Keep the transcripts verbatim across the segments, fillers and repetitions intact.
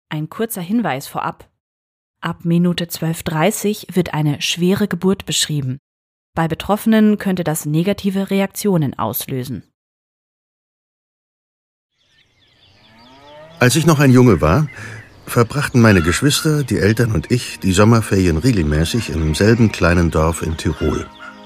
Ein kurzer Hinweis vorab. Ab Minute zwölf Uhr dreißig wird eine schwere Geburt beschrieben. Bei Betroffenen könnte das negative Reaktionen auslösen. Als ich noch ein Junge war, verbrachten meine Geschwister, die Eltern und ich die Sommerferien regelmäßig im selben kleinen Dorf in Tirol.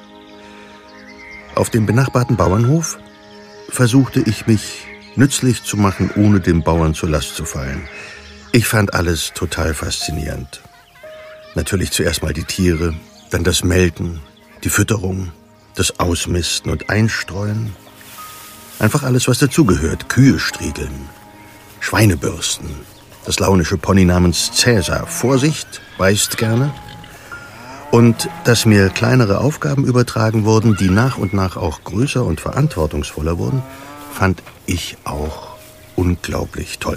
Auf dem benachbarten Bauernhof versuchte ich mich nützlich zu machen, ohne dem Bauern zur Last zu fallen. Ich fand alles total faszinierend. Natürlich zuerst mal die Tiere, dann das Melken, die Fütterung, das Ausmisten und Einstreuen. Einfach alles, was dazugehört. Kühe striegeln, Schweine bürsten, das launische Pony namens Cäsar, Vorsicht, beißt gerne. Und dass mir kleinere Aufgaben übertragen wurden, die nach und nach auch größer und verantwortungsvoller wurden, fand ich auch unglaublich toll.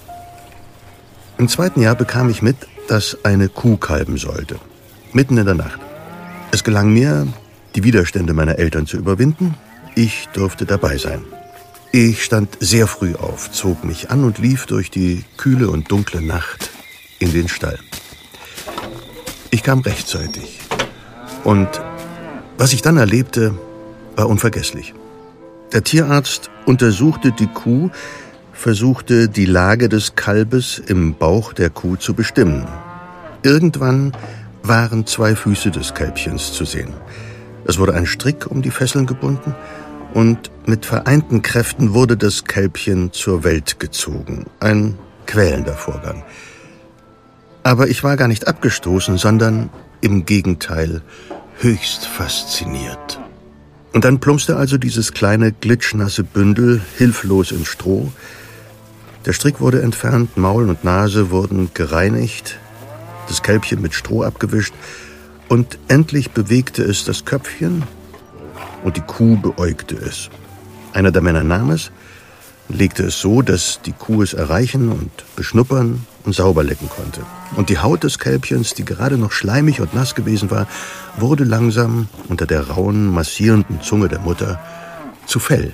Im zweiten Jahr bekam ich mit, dass eine Kuh kalben sollte. Mitten in der Nacht. Es gelang mir, die Widerstände meiner Eltern zu überwinden. Ich durfte dabei sein. Ich stand sehr früh auf, zog mich an und lief durch die kühle und dunkle Nacht in den Stall. Ich kam rechtzeitig. Und was ich dann erlebte, war unvergesslich. Der Tierarzt untersuchte die Kuh, versuchte die Lage des Kalbes im Bauch der Kuh zu bestimmen. Irgendwann waren zwei Füße des Kälbchens zu sehen. Es wurde ein Strick um die Fesseln gebunden und mit vereinten Kräften wurde das Kälbchen zur Welt gezogen. Ein quälender Vorgang. Aber ich war gar nicht abgestoßen, sondern im Gegenteil höchst fasziniert. Und dann plumpste also dieses kleine, glitschnasse Bündel hilflos ins Stroh. Der Strick wurde entfernt, Maul und Nase wurden gereinigt, das Kälbchen mit Stroh abgewischt und endlich bewegte es das Köpfchen und die Kuh beäugte es. Einer der Männer nahm es und legte es so, dass die Kuh es erreichen und beschnuppern und sauber lecken konnte. Und die Haut des Kälbchens, die gerade noch schleimig und nass gewesen war, wurde langsam unter der rauen, massierenden Zunge der Mutter zu Fell.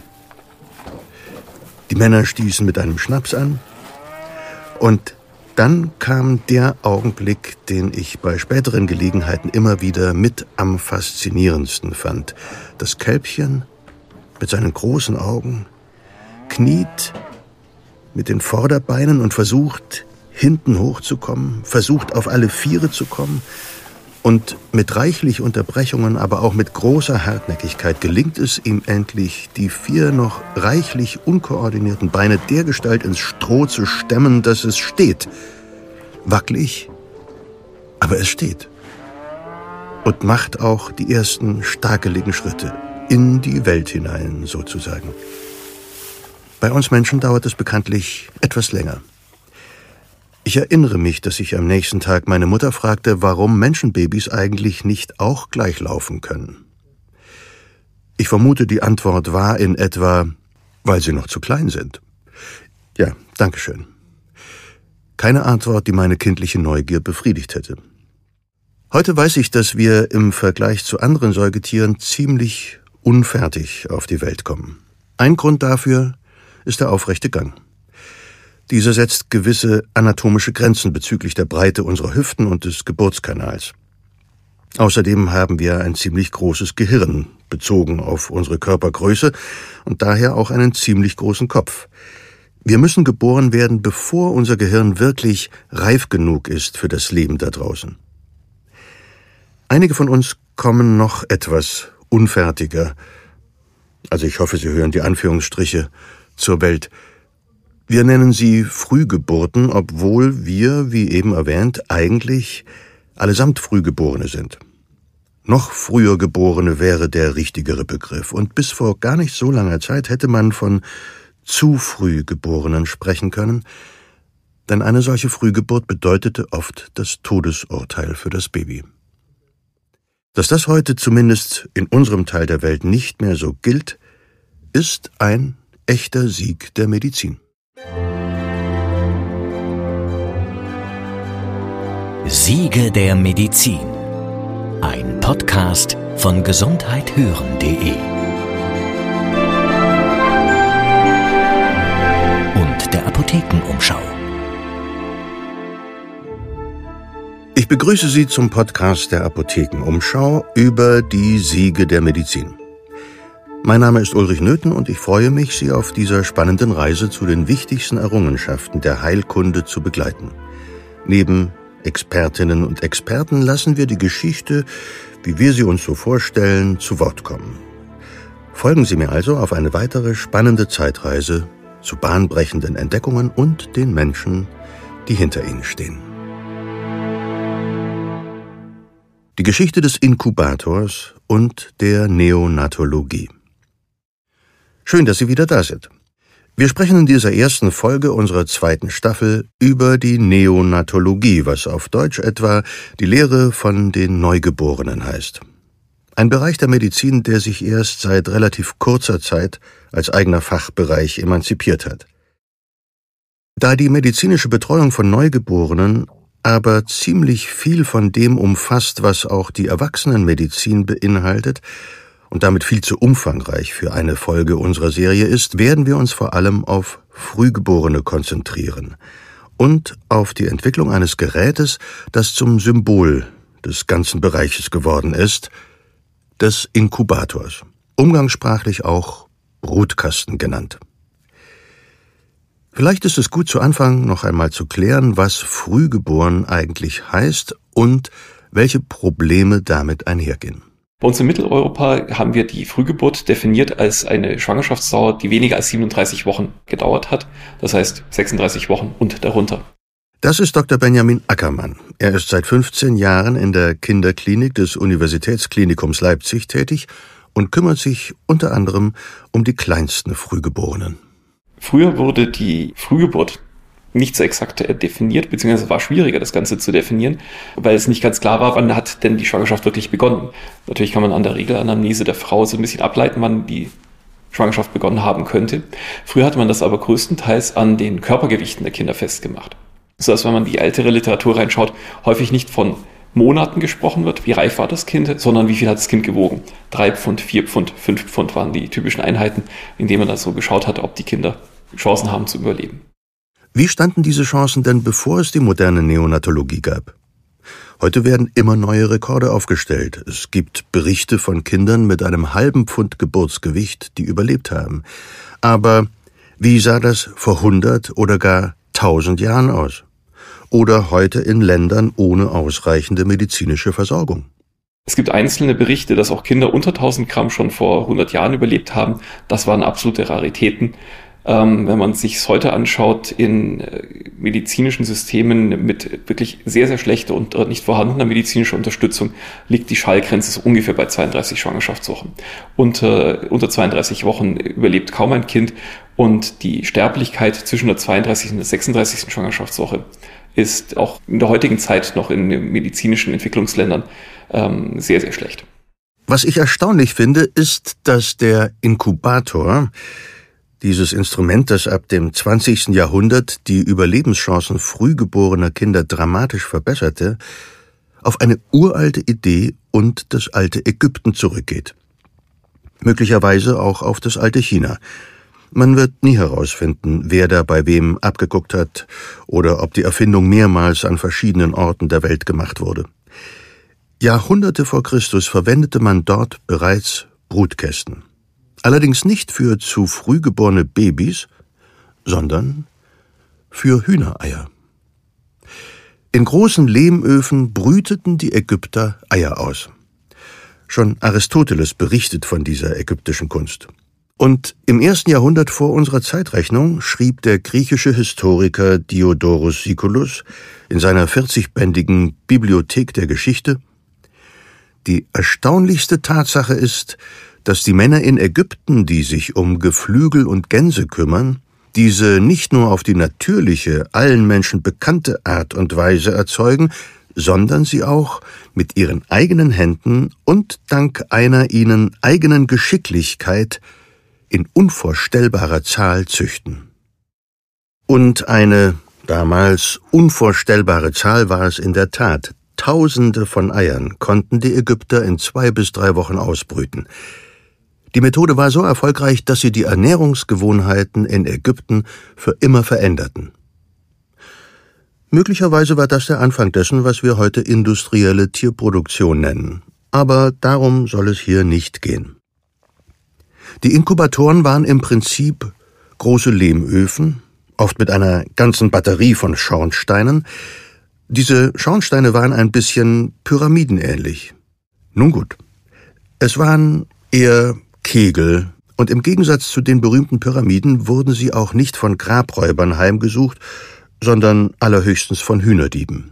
Die Männer stießen mit einem Schnaps an und dann kam der Augenblick, den ich bei späteren Gelegenheiten immer wieder mit am faszinierendsten fand. Das Kälbchen mit seinen großen Augen kniet mit den Vorderbeinen und versucht, hinten hochzukommen, versucht, auf alle Viere zu kommen. Und mit reichlich Unterbrechungen, aber auch mit großer Hartnäckigkeit gelingt es ihm endlich, die vier noch reichlich unkoordinierten Beine dergestalt ins Stroh zu stemmen, dass es steht. Wackelig, aber es steht. Und macht auch die ersten starkeligen Schritte in die Welt hinein, sozusagen. Bei uns Menschen dauert es bekanntlich etwas länger. Ich erinnere mich, dass ich am nächsten Tag meine Mutter fragte, warum Menschenbabys eigentlich nicht auch gleich laufen können. Ich vermute, die Antwort war in etwa, weil sie noch zu klein sind. Ja, danke schön. Keine Antwort, die meine kindliche Neugier befriedigt hätte. Heute weiß ich, dass wir im Vergleich zu anderen Säugetieren ziemlich unfertig auf die Welt kommen. Ein Grund dafür ist der aufrechte Gang. Dieser setzt gewisse anatomische Grenzen bezüglich der Breite unserer Hüften und des Geburtskanals. Außerdem haben wir ein ziemlich großes Gehirn, bezogen auf unsere Körpergröße, und daher auch einen ziemlich großen Kopf. Wir müssen geboren werden, bevor unser Gehirn wirklich reif genug ist für das Leben da draußen. Einige von uns kommen noch etwas unfertiger, also ich hoffe, Sie hören die Anführungsstriche, zur Welt. Wir nennen sie Frühgeburten, obwohl wir, wie eben erwähnt, eigentlich allesamt Frühgeborene sind. Noch früher Geborene wäre der richtigere Begriff. Und bis vor gar nicht so langer Zeit hätte man von zu früh Geborenen sprechen können, denn eine solche Frühgeburt bedeutete oft das Todesurteil für das Baby. Dass das heute zumindest in unserem Teil der Welt nicht mehr so gilt, ist ein echter Sieg der Medizin. Siege der Medizin. Ein Podcast von gesundheit hören punkt de und der Apothekenumschau. Ich begrüße Sie zum Podcast der Apothekenumschau über die Siege der Medizin. Mein Name ist Ulrich Nöthen und ich freue mich, Sie auf dieser spannenden Reise zu den wichtigsten Errungenschaften der Heilkunde zu begleiten. Neben Expertinnen und Experten lassen wir die Geschichte, wie wir sie uns so vorstellen, zu Wort kommen. Folgen Sie mir also auf eine weitere spannende Zeitreise zu bahnbrechenden Entdeckungen und den Menschen, die hinter ihnen stehen. Die Geschichte des Inkubators und der Neonatologie. Schön, dass Sie wieder da sind. Wir sprechen in dieser ersten Folge unserer zweiten Staffel über die Neonatologie, was auf Deutsch etwa die Lehre von den Neugeborenen heißt. Ein Bereich der Medizin, der sich erst seit relativ kurzer Zeit als eigener Fachbereich emanzipiert hat. Da die medizinische Betreuung von Neugeborenen aber ziemlich viel von dem umfasst, was auch die Erwachsenenmedizin beinhaltet und damit viel zu umfangreich für eine Folge unserer Serie ist, werden wir uns vor allem auf Frühgeborene konzentrieren und auf die Entwicklung eines Gerätes, das zum Symbol des ganzen Bereiches geworden ist, des Inkubators, umgangssprachlich auch Brutkasten genannt. Vielleicht ist es gut, zu Anfang noch einmal zu klären, was frühgeboren eigentlich heißt und welche Probleme damit einhergehen. Bei uns in Mitteleuropa haben wir die Frühgeburt definiert als eine Schwangerschaftsdauer, die weniger als siebenunddreißig Wochen gedauert hat. Das heißt sechsunddreißig Wochen und darunter. Das ist Doktor Benjamin Ackermann. Er ist seit fünfzehn Jahren in der Kinderklinik des Universitätsklinikums Leipzig tätig und kümmert sich unter anderem um die kleinsten Frühgeborenen. Früher wurde die Frühgeburt nicht so exakt definiert, beziehungsweise war schwieriger, das Ganze zu definieren, weil es nicht ganz klar war, wann hat denn die Schwangerschaft wirklich begonnen. Natürlich kann man an der Regelanamnese der Frau so ein bisschen ableiten, wann die Schwangerschaft begonnen haben könnte. Früher hatte man das aber größtenteils an den Körpergewichten der Kinder festgemacht. So dass, wenn man die ältere Literatur reinschaut, häufig nicht von Monaten gesprochen wird, wie reif war das Kind, sondern wie viel hat das Kind gewogen. Drei Pfund, vier Pfund, fünf Pfund waren die typischen Einheiten, in denen man dann so geschaut hat, ob die Kinder Chancen haben zu überleben. Wie standen diese Chancen denn, bevor es die moderne Neonatologie gab? Heute werden immer neue Rekorde aufgestellt. Es gibt Berichte von Kindern mit einem halben Pfund Geburtsgewicht, die überlebt haben. Aber wie sah das vor hundert oder gar tausend Jahren aus? Oder heute in Ländern ohne ausreichende medizinische Versorgung? Es gibt einzelne Berichte, dass auch Kinder unter tausend Gramm schon vor hundert Jahren überlebt haben. Das waren absolute Raritäten. Ähm, wenn man sich es heute anschaut, in äh, medizinischen Systemen mit wirklich sehr, sehr schlechter und äh, nicht vorhandener medizinischer Unterstützung liegt die Schallgrenze so ungefähr bei zweiunddreißig Schwangerschaftswochen. Unter, äh, unter zweiunddreißig Wochen überlebt kaum ein Kind und die Sterblichkeit zwischen der zweiunddreißigsten und der sechsunddreißigsten Schwangerschaftswoche ist auch in der heutigen Zeit noch in den medizinischen Entwicklungsländern ähm, sehr, sehr schlecht. Was ich erstaunlich finde, ist, dass der Inkubator, dieses Instrument, das ab dem zwanzigsten Jahrhundert die Überlebenschancen frühgeborener Kinder dramatisch verbesserte, auf eine uralte Idee und das alte Ägypten zurückgeht. Möglicherweise auch auf das alte China. Man wird nie herausfinden, wer da bei wem abgeguckt hat oder ob die Erfindung mehrmals an verschiedenen Orten der Welt gemacht wurde. Jahrhunderte vor Christus verwendete man dort bereits Brutkästen. Allerdings nicht für zu früh geborene Babys, sondern für Hühnereier. In großen Lehmöfen brüteten die Ägypter Eier aus. Schon Aristoteles berichtet von dieser ägyptischen Kunst. Und im ersten Jahrhundert vor unserer Zeitrechnung schrieb der griechische Historiker Diodorus Siculus in seiner vierzigbändigen Bibliothek der Geschichte: Die erstaunlichste Tatsache ist, dass die Männer in Ägypten, die sich um Geflügel und Gänse kümmern, diese nicht nur auf die natürliche, allen Menschen bekannte Art und Weise erzeugen, sondern sie auch mit ihren eigenen Händen und dank einer ihnen eigenen Geschicklichkeit in unvorstellbarer Zahl züchten. Und eine damals unvorstellbare Zahl war es in der Tat. Tausende von Eiern konnten die Ägypter in zwei bis drei Wochen ausbrüten. Die Methode war so erfolgreich, dass sie die Ernährungsgewohnheiten in Ägypten für immer veränderten. Möglicherweise war das der Anfang dessen, was wir heute industrielle Tierproduktion nennen. Aber darum soll es hier nicht gehen. Die Inkubatoren waren im Prinzip große Lehmöfen, oft mit einer ganzen Batterie von Schornsteinen. Diese Schornsteine waren ein bisschen pyramidenähnlich. Nun gut, es waren eher Kegel, und im Gegensatz zu den berühmten Pyramiden wurden sie auch nicht von Grabräubern heimgesucht, sondern allerhöchstens von Hühnerdieben.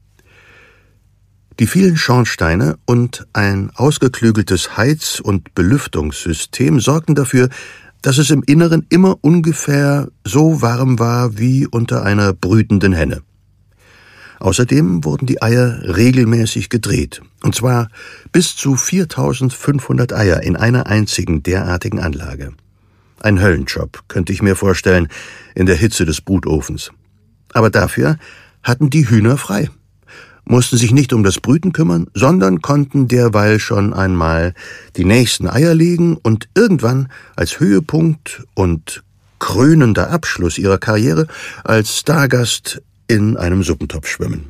Die vielen Schornsteine und ein ausgeklügeltes Heiz- und Belüftungssystem sorgten dafür, dass es im Inneren immer ungefähr so warm war wie unter einer brütenden Henne. Außerdem wurden die Eier regelmäßig gedreht, und zwar bis zu viertausendfünfhundert Eier in einer einzigen derartigen Anlage. Ein Höllenjob, könnte ich mir vorstellen, in der Hitze des Brutofens. Aber dafür hatten die Hühner frei, mussten sich nicht um das Brüten kümmern, sondern konnten derweil schon einmal die nächsten Eier legen und irgendwann als Höhepunkt und krönender Abschluss ihrer Karriere als Stargast in einem Suppentopf schwimmen.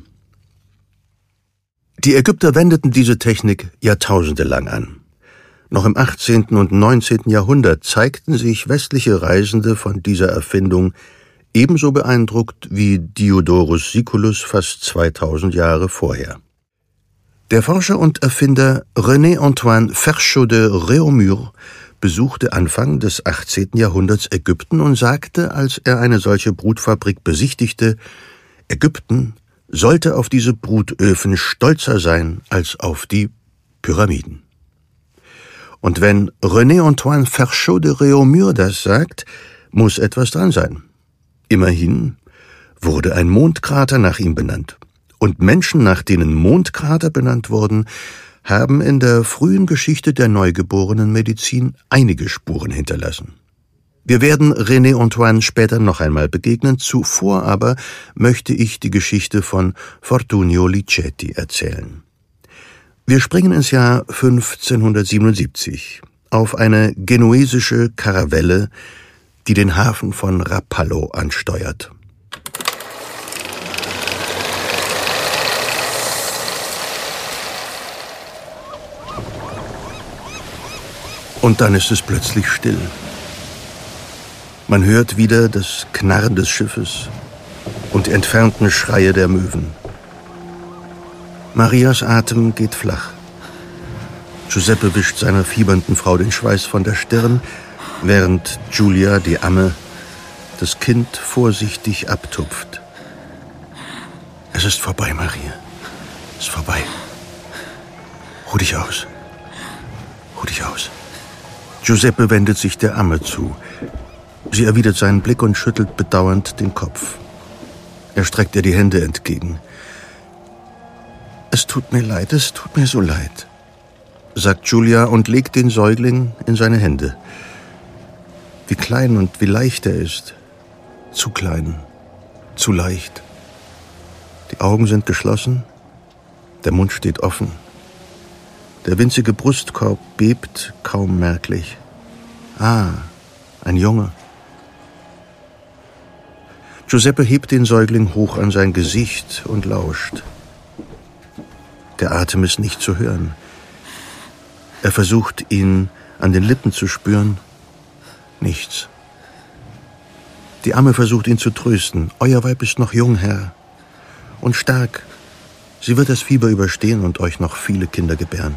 Die Ägypter wendeten diese Technik jahrtausendelang an. Noch im achtzehnten und neunzehnten Jahrhundert zeigten sich westliche Reisende von dieser Erfindung ebenso beeindruckt wie Diodorus Siculus fast zweitausend Jahre vorher. Der Forscher und Erfinder René-Antoine Ferchaud de Réaumur besuchte Anfang des achtzehnten Jahrhunderts Ägypten und sagte, als er eine solche Brutfabrik besichtigte, Ägypten sollte auf diese Brutöfen stolzer sein als auf die Pyramiden. Und wenn René-Antoine Ferchaud de Réaumur das sagt, muss etwas dran sein. Immerhin wurde ein Mondkrater nach ihm benannt. Und Menschen, nach denen Mondkrater benannt wurden, haben in der frühen Geschichte der neugeborenen Medizin einige Spuren hinterlassen. Wir werden René Antoine später noch einmal begegnen, zuvor aber möchte ich die Geschichte von Fortunio Licetti erzählen. Wir springen ins Jahr fünfzehnhundertsiebenundsiebzig auf eine genuesische Karavelle, die den Hafen von Rapallo ansteuert. Und dann ist es plötzlich still. Man hört wieder das Knarren des Schiffes und die entfernten Schreie der Möwen. Marias Atem geht flach. Giuseppe wischt seiner fiebernden Frau den Schweiß von der Stirn, während Giulia, die Amme, das Kind vorsichtig abtupft. Es ist vorbei, Maria. Es ist vorbei. Ruh dich aus. Ruh dich aus. Giuseppe wendet sich der Amme zu. Sie erwidert seinen Blick und schüttelt bedauernd den Kopf. Er streckt ihr die Hände entgegen. Es tut mir leid, es tut mir so leid, sagt Giulia und legt den Säugling in seine Hände. Wie klein und wie leicht er ist. Zu klein, zu leicht. Die Augen sind geschlossen, der Mund steht offen. Der winzige Brustkorb bebt kaum merklich. Ah, ein Junge. Giuseppe hebt den Säugling hoch an sein Gesicht und lauscht. Der Atem ist nicht zu hören. Er versucht, ihn an den Lippen zu spüren. Nichts. Die Amme versucht, ihn zu trösten. Euer Weib ist noch jung, Herr. Und stark. Sie wird das Fieber überstehen und euch noch viele Kinder gebären.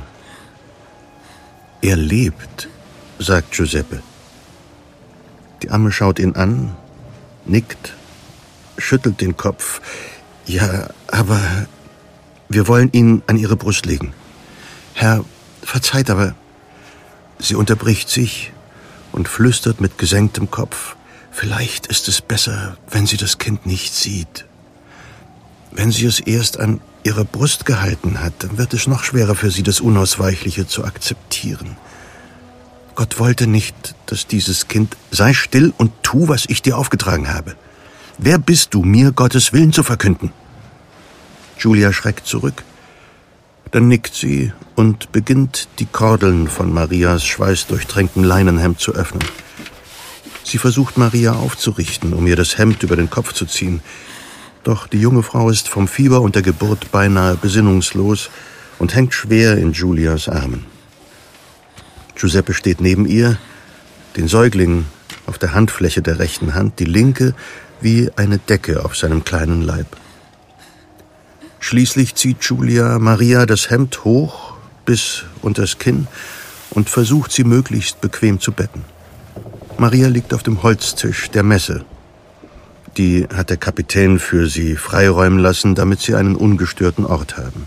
Er lebt, sagt Giuseppe. Die Amme schaut ihn an, nickt, schüttelt den Kopf. Ja, aber wir wollen ihn an ihre Brust legen. Herr, verzeiht, aber... Sie unterbricht sich und flüstert mit gesenktem Kopf. Vielleicht ist es besser, wenn sie das Kind nicht sieht. Wenn sie es erst an ihrer Brust gehalten hat, dann wird es noch schwerer für sie, das Unausweichliche zu akzeptieren. Gott wollte nicht, dass dieses Kind... Sei still und tu, was ich dir aufgetragen habe. Wer bist du, mir Gottes Willen zu verkünden? Giulia schreckt zurück. Dann nickt sie und beginnt, die Kordeln von Marias schweißdurchtränktem Leinenhemd zu öffnen. Sie versucht, Maria aufzurichten, um ihr das Hemd über den Kopf zu ziehen. Doch die junge Frau ist vom Fieber und der Geburt beinahe besinnungslos und hängt schwer in Giulias Armen. Giuseppe steht neben ihr, den Säugling auf der Handfläche der rechten Hand, die linke wie eine Decke auf seinem kleinen Leib. Schließlich zieht Giulia Maria das Hemd hoch bis unters Kinn und versucht, sie möglichst bequem zu betten. Maria liegt auf dem Holztisch der Messe. Die hat der Kapitän für sie freiräumen lassen, damit sie einen ungestörten Ort haben.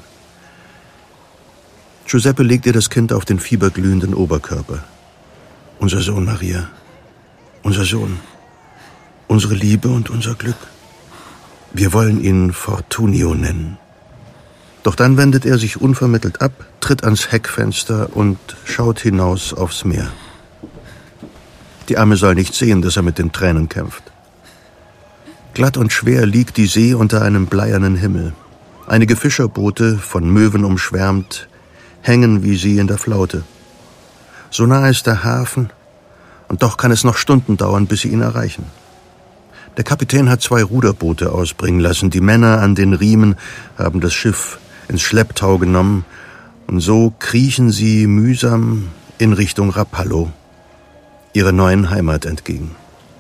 Giuseppe legt ihr das Kind auf den fieberglühenden Oberkörper. Unser Sohn, Maria. Unser Sohn. Unsere Liebe und unser Glück. Wir wollen ihn Fortunio nennen. Doch dann wendet er sich unvermittelt ab, tritt ans Heckfenster und schaut hinaus aufs Meer. Die Amme soll nicht sehen, dass er mit den Tränen kämpft. Glatt und schwer liegt die See unter einem bleiernen Himmel. Einige Fischerboote, von Möwen umschwärmt, hängen wie sie in der Flaute. So nah ist der Hafen, und doch kann es noch Stunden dauern, bis sie ihn erreichen. Der Kapitän hat zwei Ruderboote ausbringen lassen. Die Männer an den Riemen haben das Schiff ins Schlepptau genommen, und so kriechen sie mühsam in Richtung Rapallo, ihrer neuen Heimat entgegen.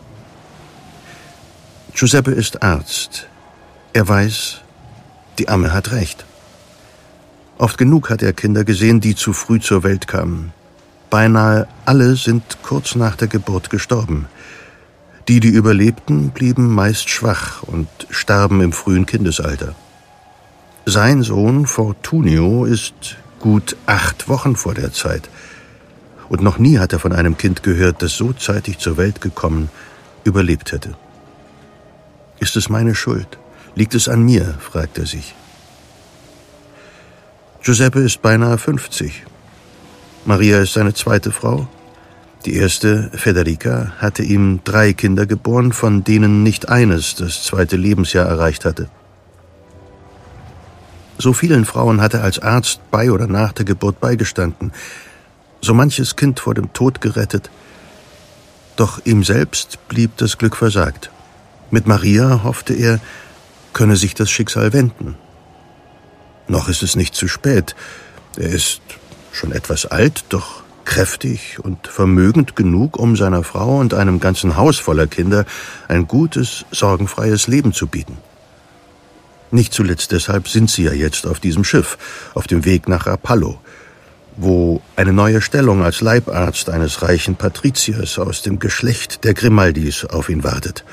Giuseppe ist Arzt. Er weiß, die Amme hat recht. Oft genug hat er Kinder gesehen, die zu früh zur Welt kamen. Beinahe alle sind kurz nach der Geburt gestorben. Die, die überlebten, blieben meist schwach und starben im frühen Kindesalter. Sein Sohn Fortunio ist gut acht Wochen vor der Zeit. Und noch nie hat er von einem Kind gehört, das so zeitig zur Welt gekommen, überlebt hätte. Ist es meine Schuld? Liegt es an mir? Fragt er sich. Giuseppe ist beinahe fünfzig. Maria ist seine zweite Frau. Die erste, Federica, hatte ihm drei Kinder geboren, von denen nicht eines das zweite Lebensjahr erreicht hatte. So vielen Frauen hat er als Arzt bei oder nach der Geburt beigestanden, so manches Kind vor dem Tod gerettet. Doch ihm selbst blieb das Glück versagt. Mit Maria hoffte er, könne sich das Schicksal wenden. Noch ist es nicht zu spät. Er ist schon etwas alt, doch kräftig und vermögend genug, um seiner Frau und einem ganzen Haus voller Kinder ein gutes, sorgenfreies Leben zu bieten. Nicht zuletzt deshalb sind sie ja jetzt auf diesem Schiff, auf dem Weg nach Rapallo, wo eine neue Stellung als Leibarzt eines reichen Patriziers aus dem Geschlecht der Grimaldis auf ihn wartet.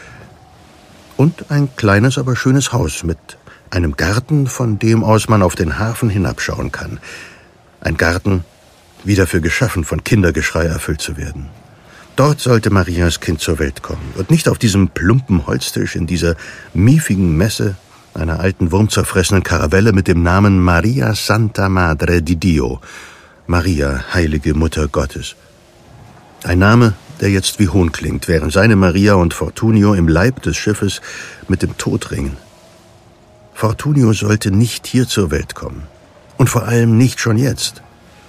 Und ein kleines, aber schönes Haus mit einem Garten, von dem aus man auf den Hafen hinabschauen kann. Ein Garten, wie dafür geschaffen, von Kindergeschrei erfüllt zu werden. Dort sollte Marias Kind zur Welt kommen und nicht auf diesem plumpen Holztisch in dieser miefigen Messe einer alten wurmzerfressenen Karavelle mit dem Namen Maria Santa Madre di Dio, Maria, heilige Mutter Gottes. Ein Name, der jetzt wie Hohn klingt, während seine Maria und Fortunio im Leib des Schiffes mit dem Tod ringen. Fortunio sollte nicht hier zur Welt kommen. Und vor allem nicht schon jetzt.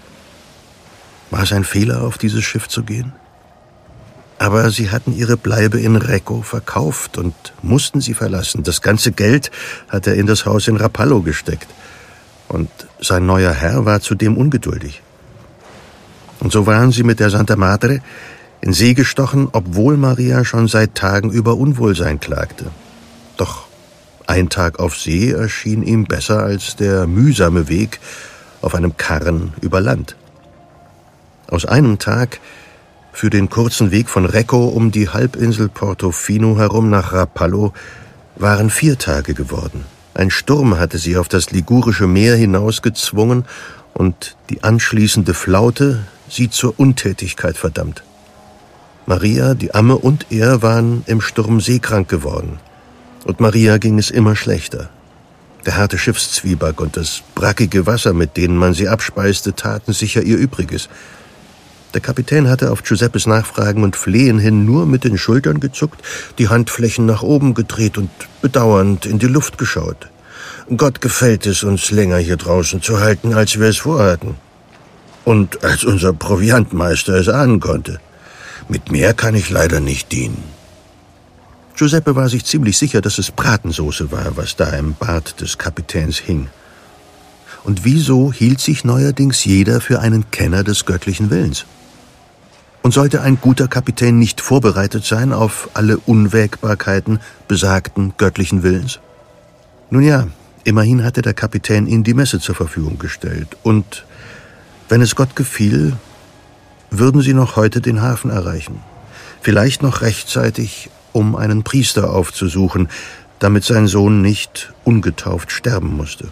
War es ein Fehler, auf dieses Schiff zu gehen? Aber sie hatten ihre Bleibe in Recco verkauft und mussten sie verlassen. Das ganze Geld hat er in das Haus in Rapallo gesteckt. Und sein neuer Herr war zudem ungeduldig. Und so waren sie mit der Santa Madre in See gestochen, obwohl Maria schon seit Tagen über Unwohlsein klagte. Doch ein Tag auf See erschien ihm besser als der mühsame Weg auf einem Karren über Land. Aus einem Tag für den kurzen Weg von Recco um die Halbinsel Portofino herum nach Rapallo waren vier Tage geworden. Ein Sturm hatte sie auf das Ligurische Meer hinausgezwungen und die anschließende Flaute sie zur Untätigkeit verdammt. Maria, die Amme und er waren im Sturm seekrank geworden. Und Maria ging es immer schlechter. Der harte Schiffszwieback und das brackige Wasser, mit denen man sie abspeiste, taten sicher ihr Übriges. Der Kapitän hatte auf Giuseppes Nachfragen und Flehen hin nur mit den Schultern gezuckt, die Handflächen nach oben gedreht und bedauernd in die Luft geschaut. Gott gefällt es, uns länger hier draußen zu halten, als wir es vorhatten. Und als unser Proviantmeister es ahnen konnte. Mit mehr kann ich leider nicht dienen. Giuseppe war sich ziemlich sicher, dass es Bratensoße war, was da im Bart des Kapitäns hing. Und wieso hielt sich neuerdings jeder für einen Kenner des göttlichen Willens? Und sollte ein guter Kapitän nicht vorbereitet sein auf alle Unwägbarkeiten besagten göttlichen Willens? Nun ja, immerhin hatte der Kapitän ihnen die Messe zur Verfügung gestellt. Und wenn es Gott gefiel, würden sie noch heute den Hafen erreichen. Vielleicht noch rechtzeitig, um einen Priester aufzusuchen, damit sein Sohn nicht ungetauft sterben musste.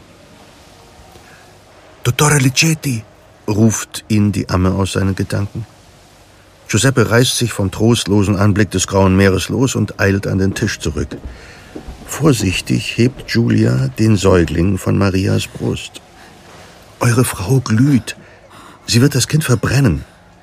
»Dottore Licetti«, ruft ihn die Amme aus seinen Gedanken. Giuseppe reißt sich vom trostlosen Anblick des Grauen Meeres los und eilt an den Tisch zurück. Vorsichtig hebt Giulia den Säugling von Marias Brust. »Eure Frau glüht. Sie wird das Kind verbrennen.«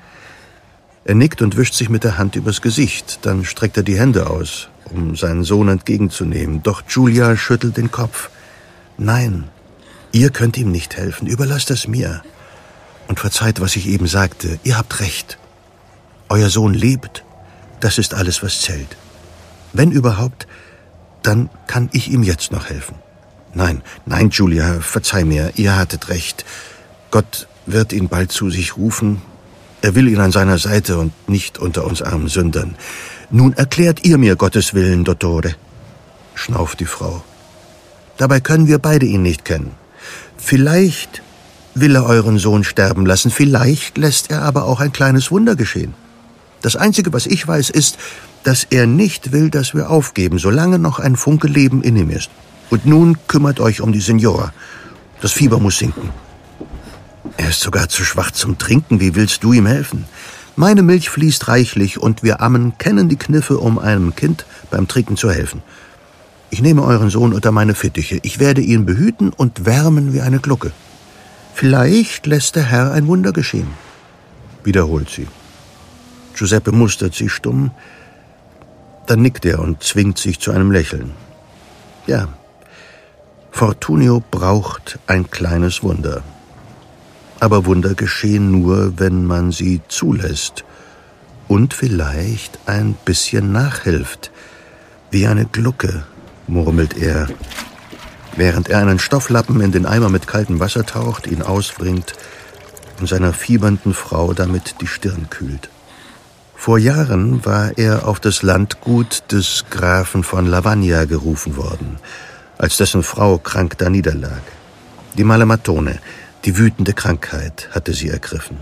Er nickt und wischt sich mit der Hand übers Gesicht. Dann streckt er die Hände aus, um seinen Sohn entgegenzunehmen. Doch Giulia schüttelt den Kopf. »Nein, ihr könnt ihm nicht helfen. Überlasst es mir. Und verzeiht, was ich eben sagte. Ihr habt recht. Euer Sohn lebt. Das ist alles, was zählt. Wenn überhaupt, dann kann ich ihm jetzt noch helfen. Nein, nein, Giulia, verzeih mir. Ihr hattet recht. Gott wird ihn bald zu sich rufen. Er will ihn an seiner Seite und nicht unter uns armen Sündern. Nun erklärt ihr mir Gottes Willen, Dottore«, schnauft die Frau. »Dabei können wir beide ihn nicht kennen. Vielleicht will er euren Sohn sterben lassen, vielleicht lässt er aber auch ein kleines Wunder geschehen. Das Einzige, was ich weiß, ist, dass er nicht will, dass wir aufgeben, solange noch ein Funke Leben in ihm ist. Und nun kümmert euch um die Signora. Das Fieber muss sinken. Er ist sogar zu schwach zum Trinken. Wie willst du ihm helfen? Meine Milch fließt reichlich und wir Ammen kennen die Kniffe, um einem Kind beim Trinken zu helfen. Ich nehme euren Sohn unter meine Fittiche. Ich werde ihn behüten und wärmen wie eine Glucke. Vielleicht lässt der Herr ein Wunder geschehen«, wiederholt sie. Giuseppe mustert sie stumm. Dann nickt er und zwingt sich zu einem Lächeln. Ja, Fortunio braucht ein kleines Wunder. Aber Wunder geschehen nur, wenn man sie zulässt und vielleicht ein bisschen nachhilft. Wie eine Glucke, murmelt er, während er einen Stofflappen in den Eimer mit kaltem Wasser taucht, ihn ausbringt und seiner fiebernden Frau damit die Stirn kühlt. Vor Jahren war er auf das Landgut des Grafen von Lavagna gerufen worden, als dessen Frau krank da niederlag. Die Malamatone, die wütende Krankheit, hatte sie ergriffen.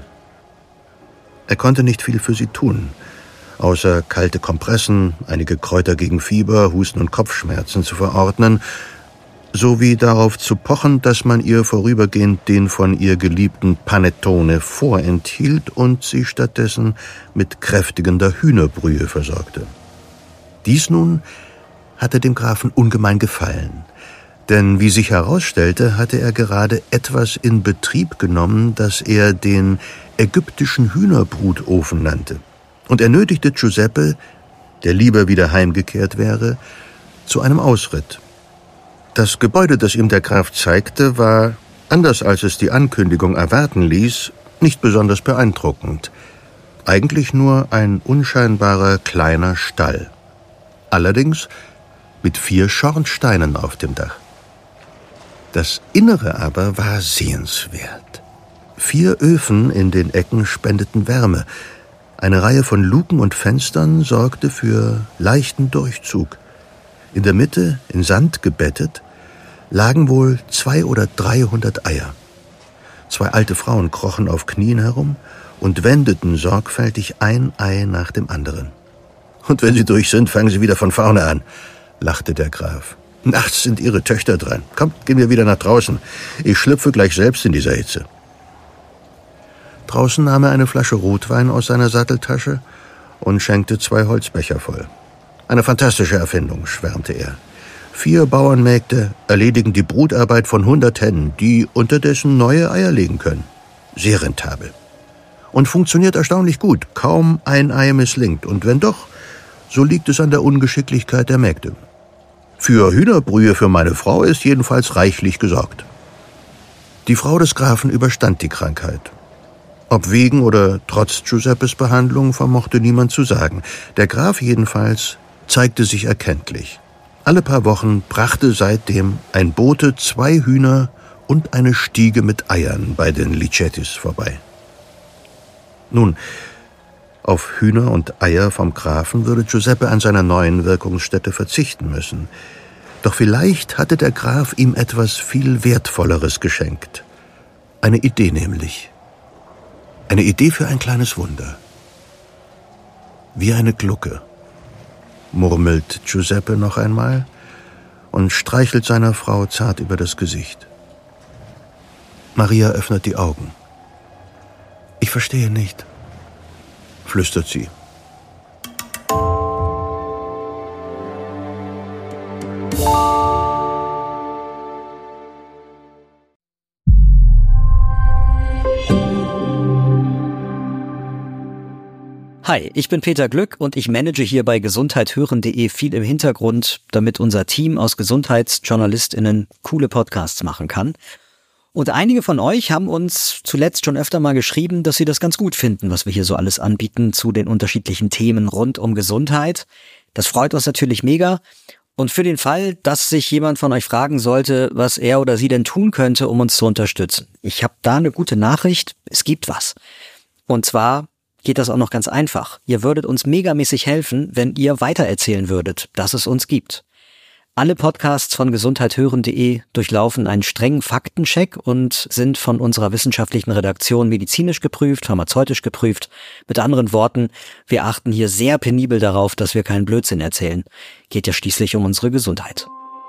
Er konnte nicht viel für sie tun, außer kalte Kompressen, einige Kräuter gegen Fieber, Husten und Kopfschmerzen zu verordnen, sowie darauf zu pochen, dass man ihr vorübergehend den von ihr geliebten Panettone vorenthielt und sie stattdessen mit kräftigender Hühnerbrühe versorgte. Dies nun hatte dem Grafen ungemein gefallen, denn wie sich herausstellte, hatte er gerade etwas in Betrieb genommen, das er den ägyptischen Hühnerbrutofen nannte. Und er nötigte Giuseppe, der lieber wieder heimgekehrt wäre, zu einem Ausritt. Das Gebäude, das ihm der Graf zeigte, war, anders als es die Ankündigung erwarten ließ, nicht besonders beeindruckend. Eigentlich nur ein unscheinbarer kleiner Stall. Allerdings mit vier Schornsteinen auf dem Dach. Das Innere aber war sehenswert. Vier Öfen in den Ecken spendeten Wärme. Eine Reihe von Luken und Fenstern sorgte für leichten Durchzug. In der Mitte, in Sand gebettet, lagen wohl zwei oder dreihundert Eier. Zwei alte Frauen krochen auf Knien herum und wendeten sorgfältig ein Ei nach dem anderen. »Und wenn sie durch sind, fangen sie wieder von vorne an«, lachte der Graf. »Nachts sind ihre Töchter dran. Kommt, gehen wir wieder nach draußen. Ich schlüpfe gleich selbst in dieser Hitze.« Draußen nahm er eine Flasche Rotwein aus seiner Satteltasche und schenkte zwei Holzbecher voll. »Eine fantastische Erfindung«, schwärmte er. »Vier Bauernmägde erledigen die Brutarbeit von hundert Hennen, die unterdessen neue Eier legen können. Sehr rentabel. Und funktioniert erstaunlich gut. Kaum ein Ei misslingt. Und wenn doch, so liegt es an der Ungeschicklichkeit der Mägde. Für Hühnerbrühe für meine Frau ist jedenfalls reichlich gesorgt.« Die Frau des Grafen überstand die Krankheit. Ob wegen oder trotz Giuseppes Behandlung, vermochte niemand zu sagen. Der Graf jedenfalls zeigte sich erkenntlich. Alle paar Wochen brachte seitdem ein Bote zwei Hühner und eine Stiege mit Eiern bei den Licettis vorbei. Nun, auf Hühner und Eier vom Grafen würde Giuseppe an seiner neuen Wirkungsstätte verzichten müssen. Doch vielleicht hatte der Graf ihm etwas viel Wertvolleres geschenkt. Eine Idee nämlich. Eine Idee für ein kleines Wunder. Wie eine Glucke, murmelt Giuseppe noch einmal und streichelt seiner Frau zart über das Gesicht. Maria öffnet die Augen. »Ich verstehe nicht«, flüstert sie. Hi, ich bin Peter Glück und ich manage hier bei gesundheithören punkt de viel im Hintergrund, damit unser Team aus GesundheitsjournalistInnen coole Podcasts machen kann. Und einige von euch haben uns zuletzt schon öfter mal geschrieben, dass sie das ganz gut finden, was wir hier so alles anbieten zu den unterschiedlichen Themen rund um Gesundheit. Das freut uns natürlich mega. Und für den Fall, dass sich jemand von euch fragen sollte, was er oder sie denn tun könnte, um uns zu unterstützen. Ich habe da eine gute Nachricht, es gibt was. Und zwar geht das auch noch ganz einfach. Ihr würdet uns megamäßig helfen, wenn ihr weitererzählen würdet, dass es uns gibt. Alle Podcasts von gesundheithören punkt de durchlaufen einen strengen Faktencheck und sind von unserer wissenschaftlichen Redaktion medizinisch geprüft, pharmazeutisch geprüft. Mit anderen Worten, wir achten hier sehr penibel darauf, dass wir keinen Blödsinn erzählen. Geht ja schließlich um unsere Gesundheit.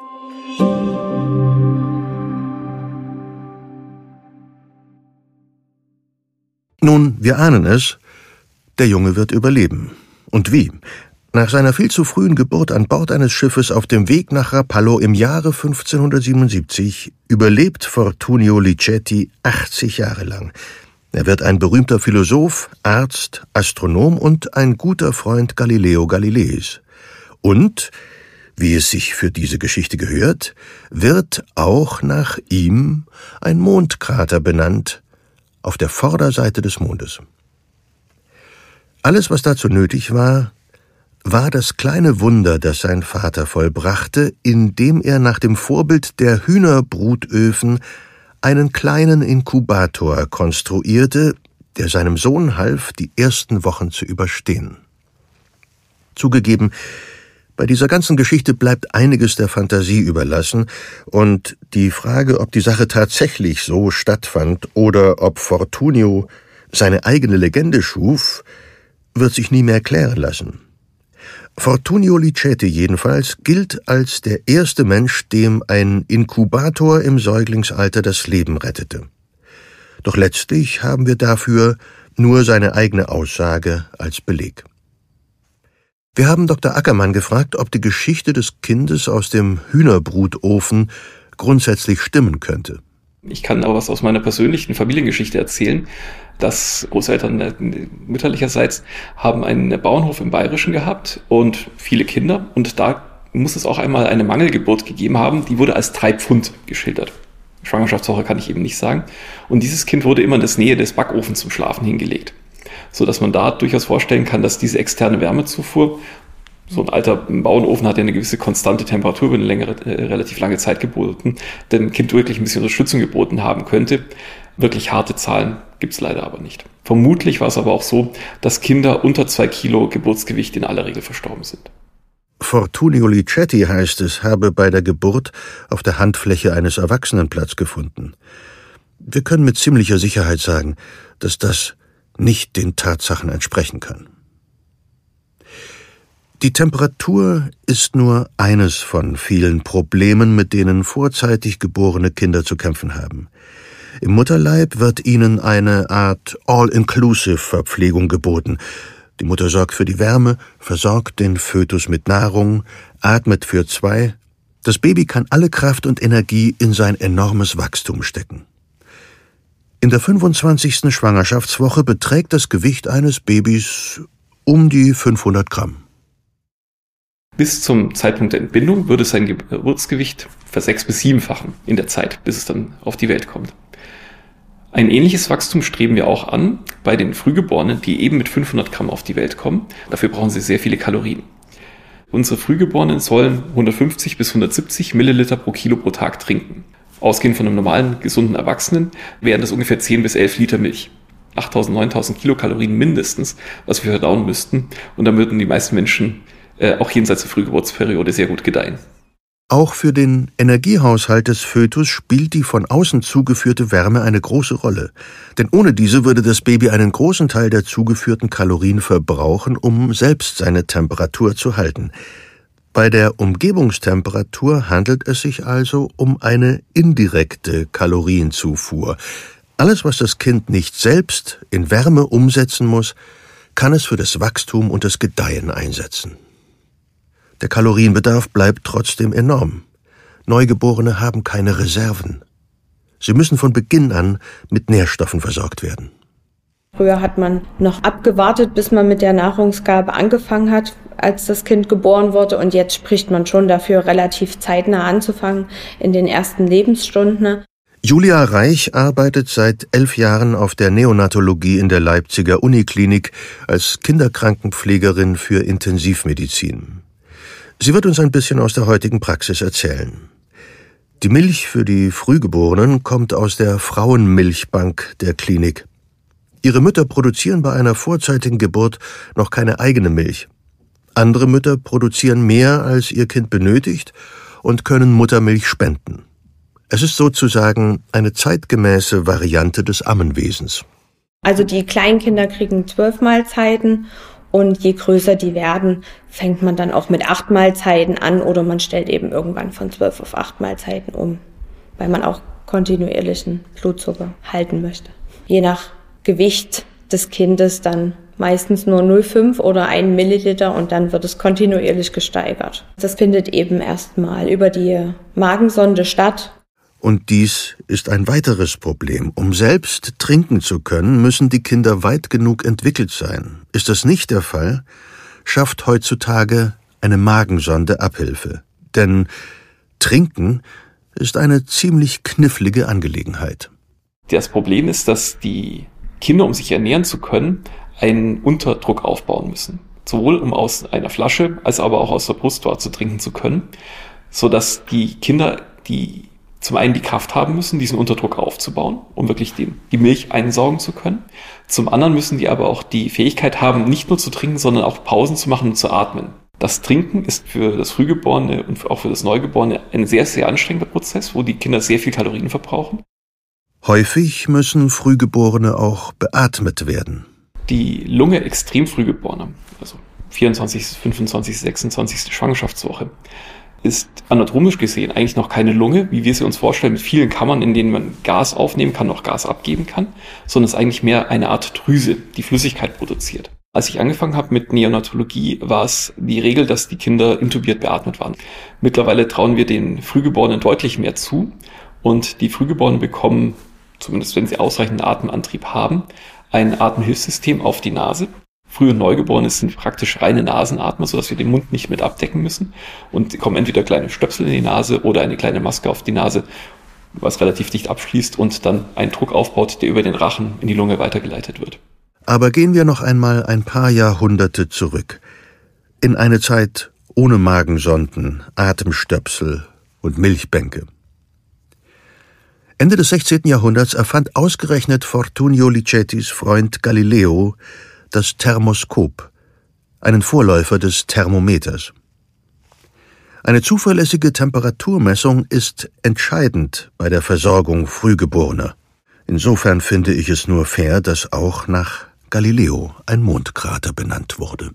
Nun, wir ahnen es, der Junge wird überleben. Und wie? Nach seiner viel zu frühen Geburt an Bord eines Schiffes auf dem Weg nach Rapallo im Jahre fünfzehnhundertsiebenundsiebzig überlebt Fortunio Licetti achtzig Jahre lang. Er wird ein berühmter Philosoph, Arzt, Astronom und ein guter Freund Galileo Galileis. Und, wie es sich für diese Geschichte gehört, wird auch nach ihm ein Mondkrater benannt, auf der Vorderseite des Mondes. Alles, was dazu nötig war, war das kleine Wunder, das sein Vater vollbrachte, indem er nach dem Vorbild der Hühnerbrutöfen einen kleinen Inkubator konstruierte, der seinem Sohn half, die ersten Wochen zu überstehen. Zugegeben, bei dieser ganzen Geschichte bleibt einiges der Fantasie überlassen, und die Frage, ob die Sache tatsächlich so stattfand oder ob Fortunio seine eigene Legende schuf, wird sich nie mehr klären lassen. Fortunio Licetti jedenfalls gilt als der erste Mensch, dem ein Inkubator im Säuglingsalter das Leben rettete. Doch letztlich haben wir dafür nur seine eigene Aussage als Beleg. Wir haben Doktor Ackermann gefragt, ob die Geschichte des Kindes aus dem Hühnerbrutofen grundsätzlich stimmen könnte. Ich kann aber was aus meiner persönlichen Familiengeschichte erzählen. Das Großeltern mütterlicherseits haben einen Bauernhof im Bayerischen gehabt und viele Kinder. Und da muss es auch einmal eine Mangelgeburt gegeben haben. Die wurde als drei Pfund geschildert. Schwangerschaftswoche kann ich eben nicht sagen. Und dieses Kind wurde immer in das Nähe des Backofens zum Schlafen hingelegt. So dass man da durchaus vorstellen kann, dass diese externe Wärmezufuhr, so ein alter Bauernofen hat ja eine gewisse konstante Temperatur über eine längere, äh, relativ lange Zeit geboten, dem Kind wirklich ein bisschen Unterstützung geboten haben könnte. Wirklich harte Zahlen gibt es leider aber nicht. Vermutlich war es aber auch so, dass Kinder unter zwei Kilo Geburtsgewicht in aller Regel verstorben sind. Fortunio Licetti, heißt es, habe bei der Geburt auf der Handfläche eines Erwachsenen Platz gefunden. Wir können mit ziemlicher Sicherheit sagen, dass das nicht den Tatsachen entsprechen kann. Die Temperatur ist nur eines von vielen Problemen, mit denen vorzeitig geborene Kinder zu kämpfen haben. Im Mutterleib wird ihnen eine Art All-Inclusive-Verpflegung geboten. Die Mutter sorgt für die Wärme, versorgt den Fötus mit Nahrung, atmet für zwei. Das Baby kann alle Kraft und Energie in sein enormes Wachstum stecken. In der fünfundzwanzigsten Schwangerschaftswoche beträgt das Gewicht eines Babys um die fünfhundert Gramm. Bis zum Zeitpunkt der Entbindung würde sein Geburtsgewicht versechs- bis siebenfachen in der Zeit, bis es dann auf die Welt kommt. Ein ähnliches Wachstum streben wir auch an bei den Frühgeborenen, die eben mit fünfhundert Gramm auf die Welt kommen. Dafür brauchen sie sehr viele Kalorien. Unsere Frühgeborenen sollen hundertfünfzig bis hundertsiebzig Milliliter pro Kilo pro Tag trinken. Ausgehend von einem normalen, gesunden Erwachsenen wären das ungefähr zehn bis elf Liter Milch. achttausend, neuntausend Kilokalorien mindestens, was wir verdauen müssten. Und dann würden die meisten Menschen äh, auch jenseits der Frühgeburtsperiode sehr gut gedeihen. Auch für den Energiehaushalt des Fötus spielt die von außen zugeführte Wärme eine große Rolle. Denn ohne diese würde das Baby einen großen Teil der zugeführten Kalorien verbrauchen, um selbst seine Temperatur zu halten. Bei der Umgebungstemperatur handelt es sich also um eine indirekte Kalorienzufuhr. Alles, was das Kind nicht selbst in Wärme umsetzen muss, kann es für das Wachstum und das Gedeihen einsetzen. Der Kalorienbedarf bleibt trotzdem enorm. Neugeborene haben keine Reserven. Sie müssen von Beginn an mit Nährstoffen versorgt werden. Früher hat man noch abgewartet, bis man mit der Nahrungsgabe angefangen hat, als das Kind geboren wurde. Und jetzt spricht man schon dafür, relativ zeitnah anzufangen, in den ersten Lebensstunden. Julia Reich arbeitet seit elf Jahren auf der Neonatologie in der Leipziger Uniklinik als Kinderkrankenpflegerin für Intensivmedizin. Sie wird uns ein bisschen aus der heutigen Praxis erzählen. Die Milch für die Frühgeborenen kommt aus der Frauenmilchbank der Klinik. Ihre Mütter produzieren bei einer vorzeitigen Geburt noch keine eigene Milch. Andere Mütter produzieren mehr, als ihr Kind benötigt und können Muttermilch spenden. Es ist sozusagen eine zeitgemäße Variante des Ammenwesens. Also die Kleinkinder kriegen zwölf Mahlzeiten und je größer die werden, fängt man dann auch mit acht Mahlzeiten an oder man stellt eben irgendwann von zwölf auf acht Mahlzeiten um, weil man auch kontinuierlichen Blutzucker halten möchte. Je nach Gewicht des Kindes dann meistens nur null Komma fünf oder ein Milliliter und dann wird es kontinuierlich gesteigert. Das findet eben erstmal über die Magensonde statt. Und dies ist ein weiteres Problem. Um selbst trinken zu können, müssen die Kinder weit genug entwickelt sein. Ist das nicht der Fall, schafft heutzutage eine Magensonde Abhilfe. Denn Trinken ist eine ziemlich knifflige Angelegenheit. Das Problem ist, dass die Kinder, um sich ernähren zu können, einen Unterdruck aufbauen müssen. Sowohl um aus einer Flasche als aber auch aus der Brust dort zu trinken zu können, sodass die Kinder, die zum einen die Kraft haben müssen, diesen Unterdruck aufzubauen, um wirklich die, die Milch einsaugen zu können. Zum anderen müssen die aber auch die Fähigkeit haben, nicht nur zu trinken, sondern auch Pausen zu machen und zu atmen. Das Trinken ist für das Frühgeborene und auch für das Neugeborene ein sehr, sehr anstrengender Prozess, wo die Kinder sehr viel Kalorien verbrauchen. Häufig müssen Frühgeborene auch beatmet werden. Die Lunge extrem Frühgeborene, also vierundzwanzigste, fünfundzwanzigste, sechsundzwanzigste Schwangerschaftswoche, ist anatomisch gesehen eigentlich noch keine Lunge, wie wir sie uns vorstellen, mit vielen Kammern, in denen man Gas aufnehmen kann, noch Gas abgeben kann, sondern es ist eigentlich mehr eine Art Drüse, die Flüssigkeit produziert. Als ich angefangen habe mit Neonatologie, war es die Regel, dass die Kinder intubiert beatmet waren. Mittlerweile trauen wir den Frühgeborenen deutlich mehr zu und die Frühgeborenen bekommen, zumindest wenn sie ausreichenden Atemantrieb haben, ein Atemhilfssystem auf die Nase. Frühe Neugeborene sind praktisch reine Nasenatmer, sodass wir den Mund nicht mit abdecken müssen. Und sie kommen entweder kleine Stöpsel in die Nase oder eine kleine Maske auf die Nase, was relativ dicht abschließt und dann einen Druck aufbaut, der über den Rachen in die Lunge weitergeleitet wird. Aber gehen wir noch einmal ein paar Jahrhunderte zurück. In eine Zeit ohne Magensonden, Atemstöpsel und Milchbänke. Ende des sechzehnten Jahrhunderts erfand ausgerechnet Fortunio Licettis Freund Galileo das Thermoskop, einen Vorläufer des Thermometers. Eine zuverlässige Temperaturmessung ist entscheidend bei der Versorgung Frühgeborener. Insofern finde ich es nur fair, dass auch nach Galileo ein Mondkrater benannt wurde.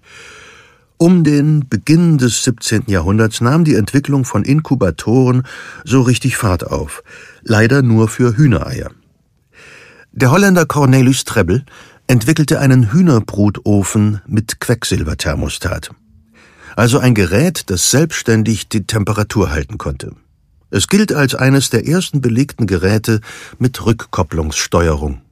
Um den Beginn des siebzehnten Jahrhunderts nahm die Entwicklung von Inkubatoren so richtig Fahrt auf, leider nur für Hühnereier. Der Holländer Cornelis Trebbel entwickelte einen Hühnerbrutofen mit Quecksilberthermostat. Also ein Gerät, das selbstständig die Temperatur halten konnte. Es gilt als eines der ersten belegten Geräte mit Rückkopplungssteuerung.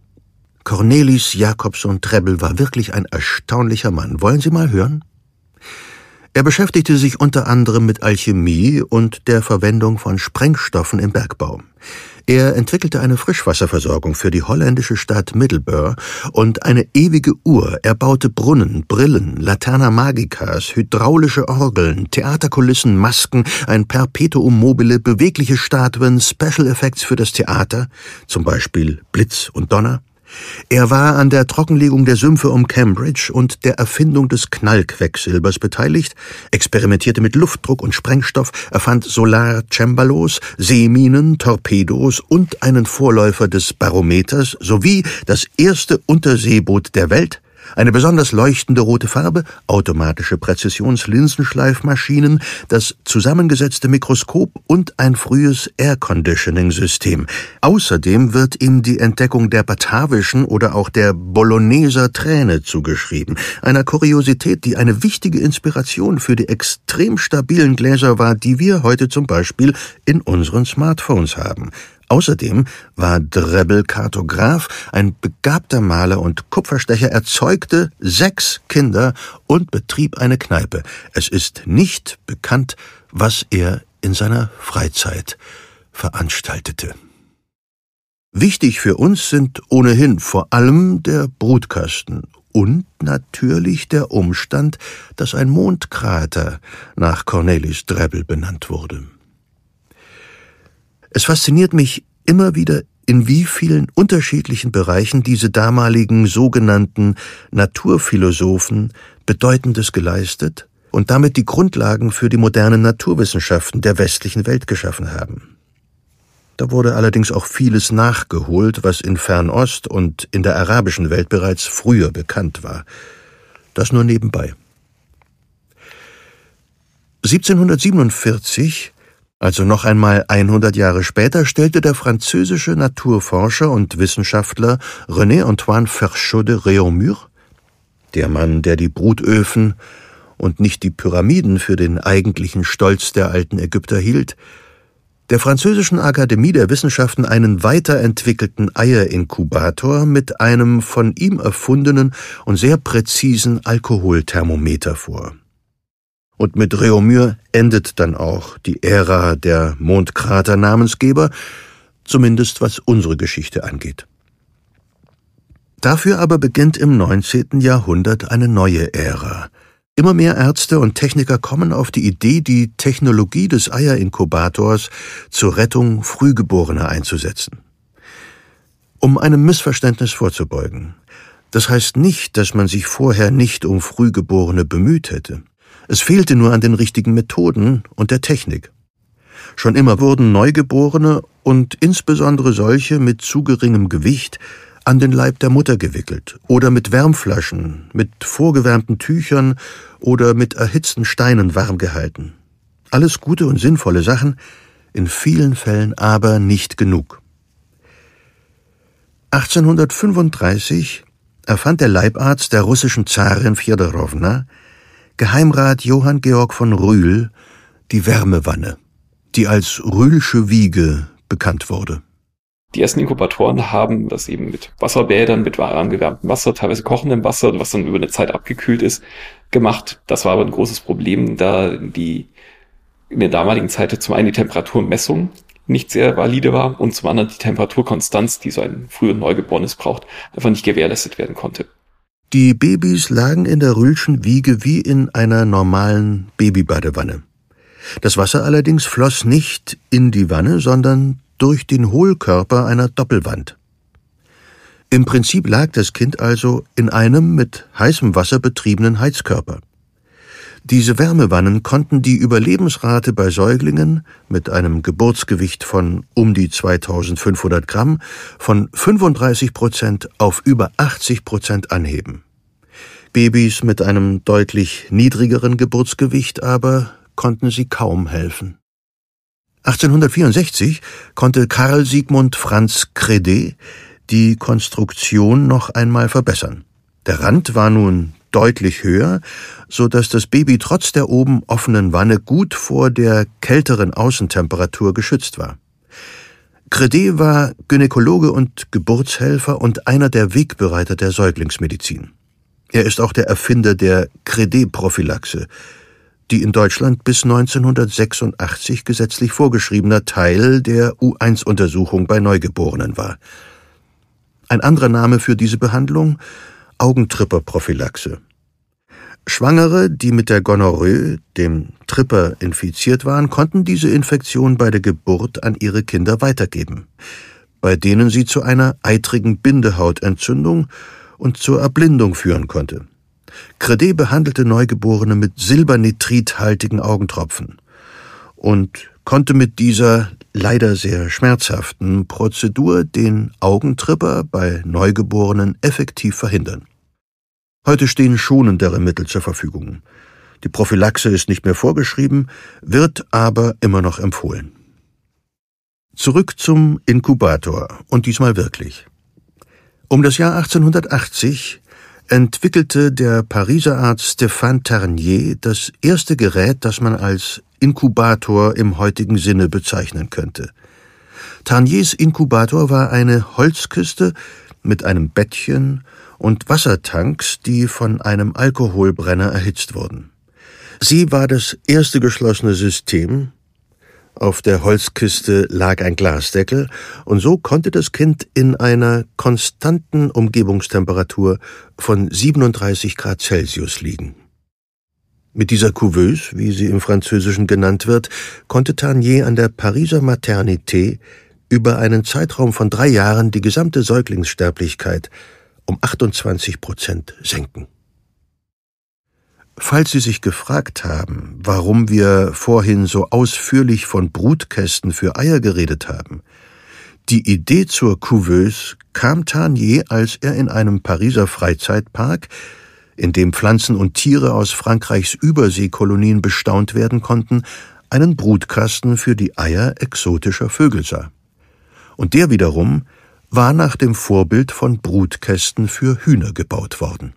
Cornelis Jacobson Trebbel war wirklich ein erstaunlicher Mann. Wollen Sie mal hören? Er beschäftigte sich unter anderem mit Alchemie und der Verwendung von Sprengstoffen im Bergbau. Er entwickelte eine Frischwasserversorgung für die holländische Stadt Middelburg und eine ewige Uhr. Er baute Brunnen, Brillen, Laterna Magicas, hydraulische Orgeln, Theaterkulissen, Masken, ein Perpetuum mobile, bewegliche Statuen, Special Effects für das Theater, zum Beispiel Blitz und Donner. Er war an der Trockenlegung der Sümpfe um Cambridge und der Erfindung des Knallquecksilbers beteiligt, experimentierte mit Luftdruck und Sprengstoff, erfand Solar-Cembalos, Seeminen, Torpedos und einen Vorläufer des Barometers sowie das erste Unterseeboot der Welt, eine besonders leuchtende rote Farbe, automatische Präzisionslinsenschleifmaschinen, das zusammengesetzte Mikroskop und ein frühes Air-Conditioning-System. Außerdem wird ihm die Entdeckung der batavischen oder auch der Bologneser Träne zugeschrieben, einer Kuriosität, die eine wichtige Inspiration für die extrem stabilen Gläser war, die wir heute zum Beispiel in unseren Smartphones haben. Außerdem war Drebbel Kartograf, ein begabter Maler und Kupferstecher, erzeugte sechs Kinder und betrieb eine Kneipe. Es ist nicht bekannt, was er in seiner Freizeit veranstaltete. Wichtig für uns sind ohnehin vor allem der Brutkasten und natürlich der Umstand, dass ein Mondkrater nach Cornelis Drebbel benannt wurde. Es fasziniert mich immer wieder, in wie vielen unterschiedlichen Bereichen diese damaligen sogenannten Naturphilosophen Bedeutendes geleistet und damit die Grundlagen für die modernen Naturwissenschaften der westlichen Welt geschaffen haben. Da wurde allerdings auch vieles nachgeholt, was in Fernost und in der arabischen Welt bereits früher bekannt war. Das nur nebenbei. siebzehnhundertsiebenundvierzig, also noch einmal hundert Jahre später, stellte der französische Naturforscher und Wissenschaftler René-Antoine Ferchaud de Réaumur, der Mann, der die Brutöfen und nicht die Pyramiden für den eigentlichen Stolz der alten Ägypter hielt, der französischen Akademie der Wissenschaften einen weiterentwickelten Eierinkubator mit einem von ihm erfundenen und sehr präzisen Alkoholthermometer vor. Und mit Réaumur endet dann auch die Ära der Mondkrater-Namensgeber, zumindest was unsere Geschichte angeht. Dafür aber beginnt im neunzehnten Jahrhundert eine neue Ära. Immer mehr Ärzte und Techniker kommen auf die Idee, die Technologie des Eierinkubators zur Rettung Frühgeborener einzusetzen. Um einem Missverständnis vorzubeugen. Das heißt nicht, dass man sich vorher nicht um Frühgeborene bemüht hätte. Es fehlte nur an den richtigen Methoden und der Technik. Schon immer wurden Neugeborene und insbesondere solche mit zu geringem Gewicht an den Leib der Mutter gewickelt oder mit Wärmflaschen, mit vorgewärmten Tüchern oder mit erhitzten Steinen warm gehalten. Alles gute und sinnvolle Sachen, in vielen Fällen aber nicht genug. achtzehnhundertfünfunddreißig erfand der Leibarzt der russischen Zarin Fjodorowna, Geheimrat Johann Georg von Rühl, die Wärmewanne, die als Rühlsche Wiege bekannt wurde. Die ersten Inkubatoren haben das eben mit Wasserbädern, mit angewärmtem Wasser, teilweise kochendem Wasser, was dann über eine Zeit abgekühlt ist, gemacht. Das war aber ein großes Problem, da die in der damaligen Zeit zum einen die Temperaturmessung nicht sehr valide war und zum anderen die Temperaturkonstanz, die so ein früh- und Neugeborenes braucht, einfach nicht gewährleistet werden konnte. Die Babys lagen in der Rühlschen Wiege wie in einer normalen Babybadewanne. Das Wasser allerdings floss nicht in die Wanne, sondern durch den Hohlkörper einer Doppelwand. Im Prinzip lag das Kind also in einem mit heißem Wasser betriebenen Heizkörper. Diese Wärmewannen konnten die Überlebensrate bei Säuglingen mit einem Geburtsgewicht von um die zweitausendfünfhundert Gramm von fünfunddreißig Prozent auf über achtzig Prozent anheben. Babys mit einem deutlich niedrigeren Geburtsgewicht aber konnten sie kaum helfen. achtzehnhundertvierundsechzig konnte Carl Sigmund Franz Credé die Konstruktion noch einmal verbessern. Der Rand war nun deutlich höher, so dass das Baby trotz der oben offenen Wanne gut vor der kälteren Außentemperatur geschützt war. Credé war Gynäkologe und Geburtshelfer und einer der Wegbereiter der Säuglingsmedizin. Er ist auch der Erfinder der Credé-Prophylaxe, die in Deutschland bis neunzehnhundertsechsundachtzig gesetzlich vorgeschriebener Teil der U eins Untersuchung bei Neugeborenen war. Ein anderer Name für diese Behandlung: Augentripperprophylaxe. Schwangere, die mit der Gonorrhoe, dem Tripper, infiziert waren, konnten diese Infektion bei der Geburt an ihre Kinder weitergeben, bei denen sie zu einer eitrigen Bindehautentzündung und zur Erblindung führen konnte. Credé behandelte Neugeborene mit silbernitrithaltigen Augentropfen und konnte mit dieser leider sehr schmerzhaften Prozedur den Augentripper bei Neugeborenen effektiv verhindern. Heute stehen schonendere Mittel zur Verfügung. Die Prophylaxe ist nicht mehr vorgeschrieben, wird aber immer noch empfohlen. Zurück zum Inkubator, und diesmal wirklich. Um das Jahr achtzehnhundertachtzig entwickelte der Pariser Arzt Stéphane Tarnier das erste Gerät, das man als Inkubator im heutigen Sinne bezeichnen könnte. Tarniers Inkubator war eine Holzkiste mit einem Bettchen und Wassertanks, die von einem Alkoholbrenner erhitzt wurden. Sie war das erste geschlossene System. Auf der Holzkiste lag ein Glasdeckel, und so konnte das Kind in einer konstanten Umgebungstemperatur von siebenunddreißig Grad Celsius liegen. Mit dieser Couveuse, wie sie im Französischen genannt wird, konnte Tarnier an der Pariser Maternité über einen Zeitraum von drei Jahren die gesamte Säuglingssterblichkeit um achtundzwanzig Prozent senken. Falls Sie sich gefragt haben, warum wir vorhin so ausführlich von Brutkästen für Eier geredet haben, die Idee zur Couveuse kam Tarnier, als er in einem Pariser Freizeitpark, in dem Pflanzen und Tiere aus Frankreichs Überseekolonien bestaunt werden konnten, einen Brutkasten für die Eier exotischer Vögel sah. Und der wiederum war nach dem Vorbild von Brutkästen für Hühner gebaut worden.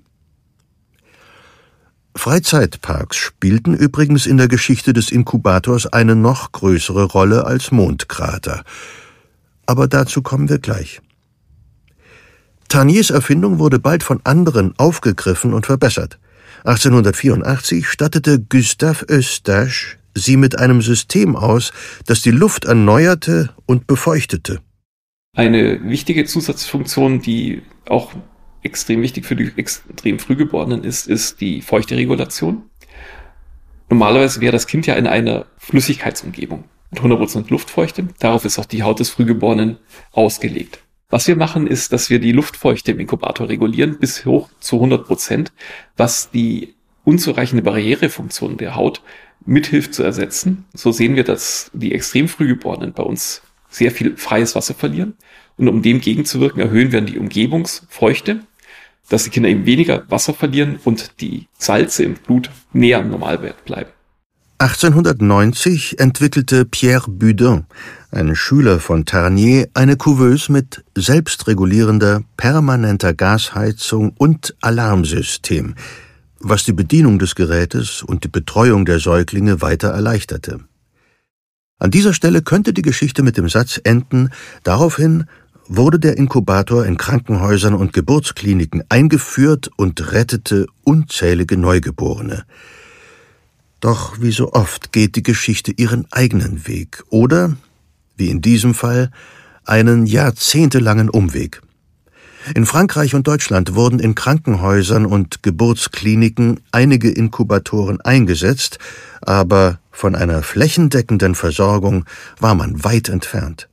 Freizeitparks spielten übrigens in der Geschichte des Inkubators eine noch größere Rolle als Mondkrater. Aber dazu kommen wir gleich. Tarniers Erfindung wurde bald von anderen aufgegriffen und verbessert. achtzehnhundertvierundachtzig stattete Gustave Eustache sie mit einem System aus, das die Luft erneuerte und befeuchtete. Eine wichtige Zusatzfunktion, die auch extrem wichtig für die extrem Frühgeborenen ist, ist die Feuchteregulation. Normalerweise wäre das Kind ja in einer Flüssigkeitsumgebung mit hundert Prozent Luftfeuchte. Darauf ist auch die Haut des Frühgeborenen ausgelegt. Was wir machen, ist, dass wir die Luftfeuchte im Inkubator regulieren bis hoch zu hundert Prozent, was die unzureichende Barrierefunktion der Haut mithilft zu ersetzen. So sehen wir, dass die extrem Frühgeborenen bei uns sehr viel freies Wasser verlieren. Und um dem gegenzuwirken, erhöhen wir die Umgebungsfeuchte, dass die Kinder eben weniger Wasser verlieren und die Salze im Blut näher am Normalwert bleiben. achtzehnhundertneunzig entwickelte Pierre Budin, ein Schüler von Tarnier, eine Couveuse mit selbstregulierender, permanenter Gasheizung und Alarmsystem, was die Bedienung des Gerätes und die Betreuung der Säuglinge weiter erleichterte. An dieser Stelle könnte die Geschichte mit dem Satz enden: Daraufhin wurde der Inkubator in Krankenhäusern und Geburtskliniken eingeführt und rettete unzählige Neugeborene. Doch wie so oft geht die Geschichte ihren eigenen Weg oder, wie in diesem Fall, einen jahrzehntelangen Umweg. In Frankreich und Deutschland wurden in Krankenhäusern und Geburtskliniken einige Inkubatoren eingesetzt, aber von einer flächendeckenden Versorgung war man weit entfernt.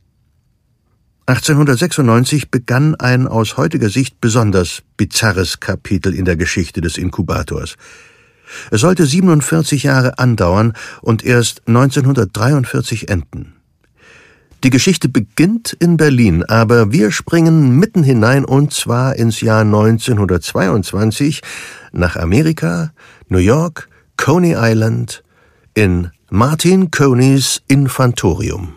achtzehnhundertsechsundneunzig begann ein aus heutiger Sicht besonders bizarres Kapitel in der Geschichte des Inkubators. Es sollte siebenundvierzig Jahre andauern und erst neunzehnhundertdreiundvierzig enden. Die Geschichte beginnt in Berlin, aber wir springen mitten hinein, und zwar ins Jahr neunzehnhundertzweiundzwanzig nach Amerika, New York, Coney Island, in Martin Coneys Infantorium.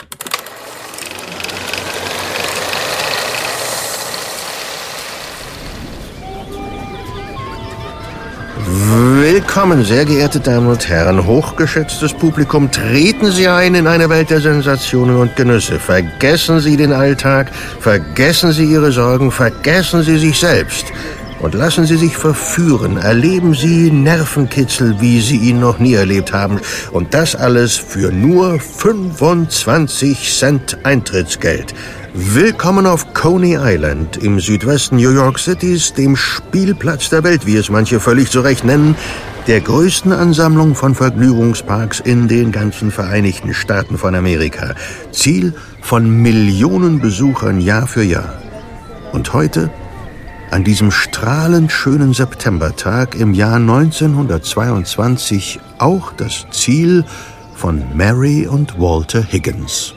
Willkommen, sehr geehrte Damen und Herren, hochgeschätztes Publikum, treten Sie ein in eine Welt der Sensationen und Genüsse. Vergessen Sie den Alltag, vergessen Sie Ihre Sorgen, vergessen Sie sich selbst. Und lassen Sie sich verführen, erleben Sie Nervenkitzel, wie Sie ihn noch nie erlebt haben. Und das alles für nur fünfundzwanzig Cent Eintrittsgeld. Willkommen auf Coney Island im Südwesten New York Citys, dem Spielplatz der Welt, wie es manche völlig zu Recht nennen, der größten Ansammlung von Vergnügungsparks in den ganzen Vereinigten Staaten von Amerika. Ziel von Millionen Besuchern Jahr für Jahr. Und heute, an diesem strahlend schönen Septembertag im Jahr neunzehnhundertzweiundzwanzig, auch das Ziel von Mary und Walter Higgins.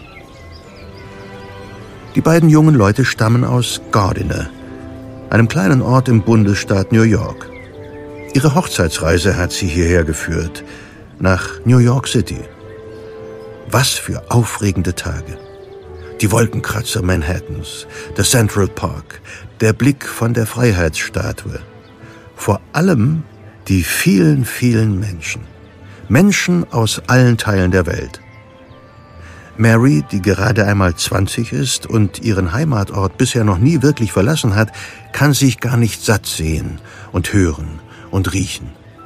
Die beiden jungen Leute stammen aus Gardiner, einem kleinen Ort im Bundesstaat New York. Ihre Hochzeitsreise hat sie hierher geführt, nach New York City. Was für aufregende Tage. Die Wolkenkratzer Manhattans, der Central Park, der Blick von der Freiheitsstatue. Vor allem die vielen, vielen Menschen. Menschen aus allen Teilen der Welt. Mary, die gerade einmal zwanzig ist und ihren Heimatort bisher noch nie wirklich verlassen hat, kann sich gar nicht satt sehen und hören und riechen.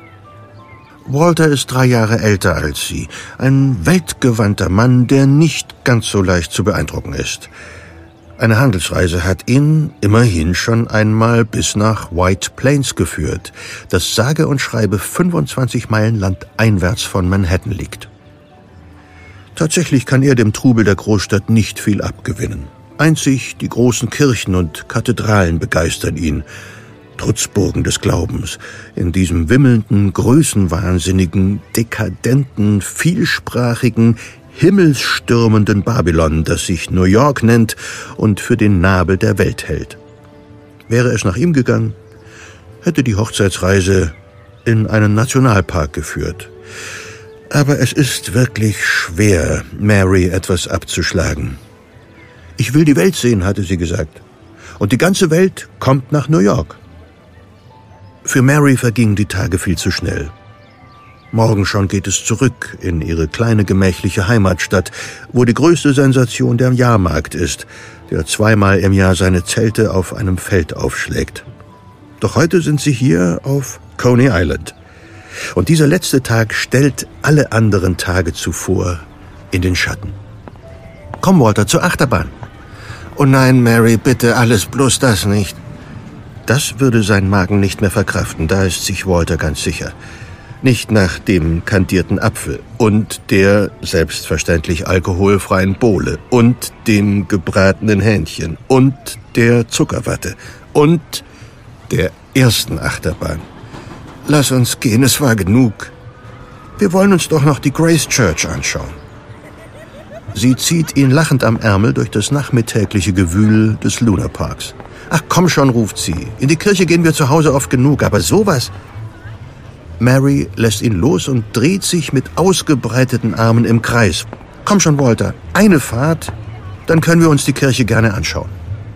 Walter ist drei Jahre älter als sie, ein weltgewandter Mann, der nicht ganz so leicht zu beeindrucken ist. Eine Handelsreise hat ihn immerhin schon einmal bis nach White Plains geführt, das sage und schreibe fünfundzwanzig Meilen landeinwärts von Manhattan liegt. Tatsächlich kann er dem Trubel der Großstadt nicht viel abgewinnen. Einzig die großen Kirchen und Kathedralen begeistern ihn, Trutzburgen des Glaubens, in diesem wimmelnden, größenwahnsinnigen, dekadenten, vielsprachigen, himmelsstürmenden Babylon, das sich New York nennt und für den Nabel der Welt hält. Wäre es nach ihm gegangen, hätte die Hochzeitsreise in einen Nationalpark geführt. Aber es ist wirklich schwer, Mary etwas abzuschlagen. Ich will die Welt sehen, hatte sie gesagt. Und die ganze Welt kommt nach New York. Für Mary vergingen die Tage viel zu schnell. Morgen schon geht es zurück in ihre kleine gemächliche Heimatstadt, wo die größte Sensation der Jahrmarkt ist, der zweimal im Jahr seine Zelte auf einem Feld aufschlägt. Doch heute sind sie hier auf Coney Island. Und dieser letzte Tag stellt alle anderen Tage zuvor in den Schatten. Komm, Walter, zur Achterbahn. Oh nein, Mary, bitte, alles bloß das nicht. Das würde sein Magen nicht mehr verkraften, da ist sich Walter ganz sicher. Nicht nach dem kandierten Apfel und der selbstverständlich alkoholfreien Bowle und dem gebratenen Hähnchen und der Zuckerwatte und der ersten Achterbahn. Lass uns gehen, es war genug. Wir wollen uns doch noch die Grace Church anschauen. Sie zieht ihn lachend am Ärmel durch das nachmittägliche Gewühl des Luna Parks. Ach komm schon, ruft sie. In die Kirche gehen wir zu Hause oft genug, aber sowas... Mary lässt ihn los und dreht sich mit ausgebreiteten Armen im Kreis. Komm schon, Walter, eine Fahrt, dann können wir uns die Kirche gerne anschauen.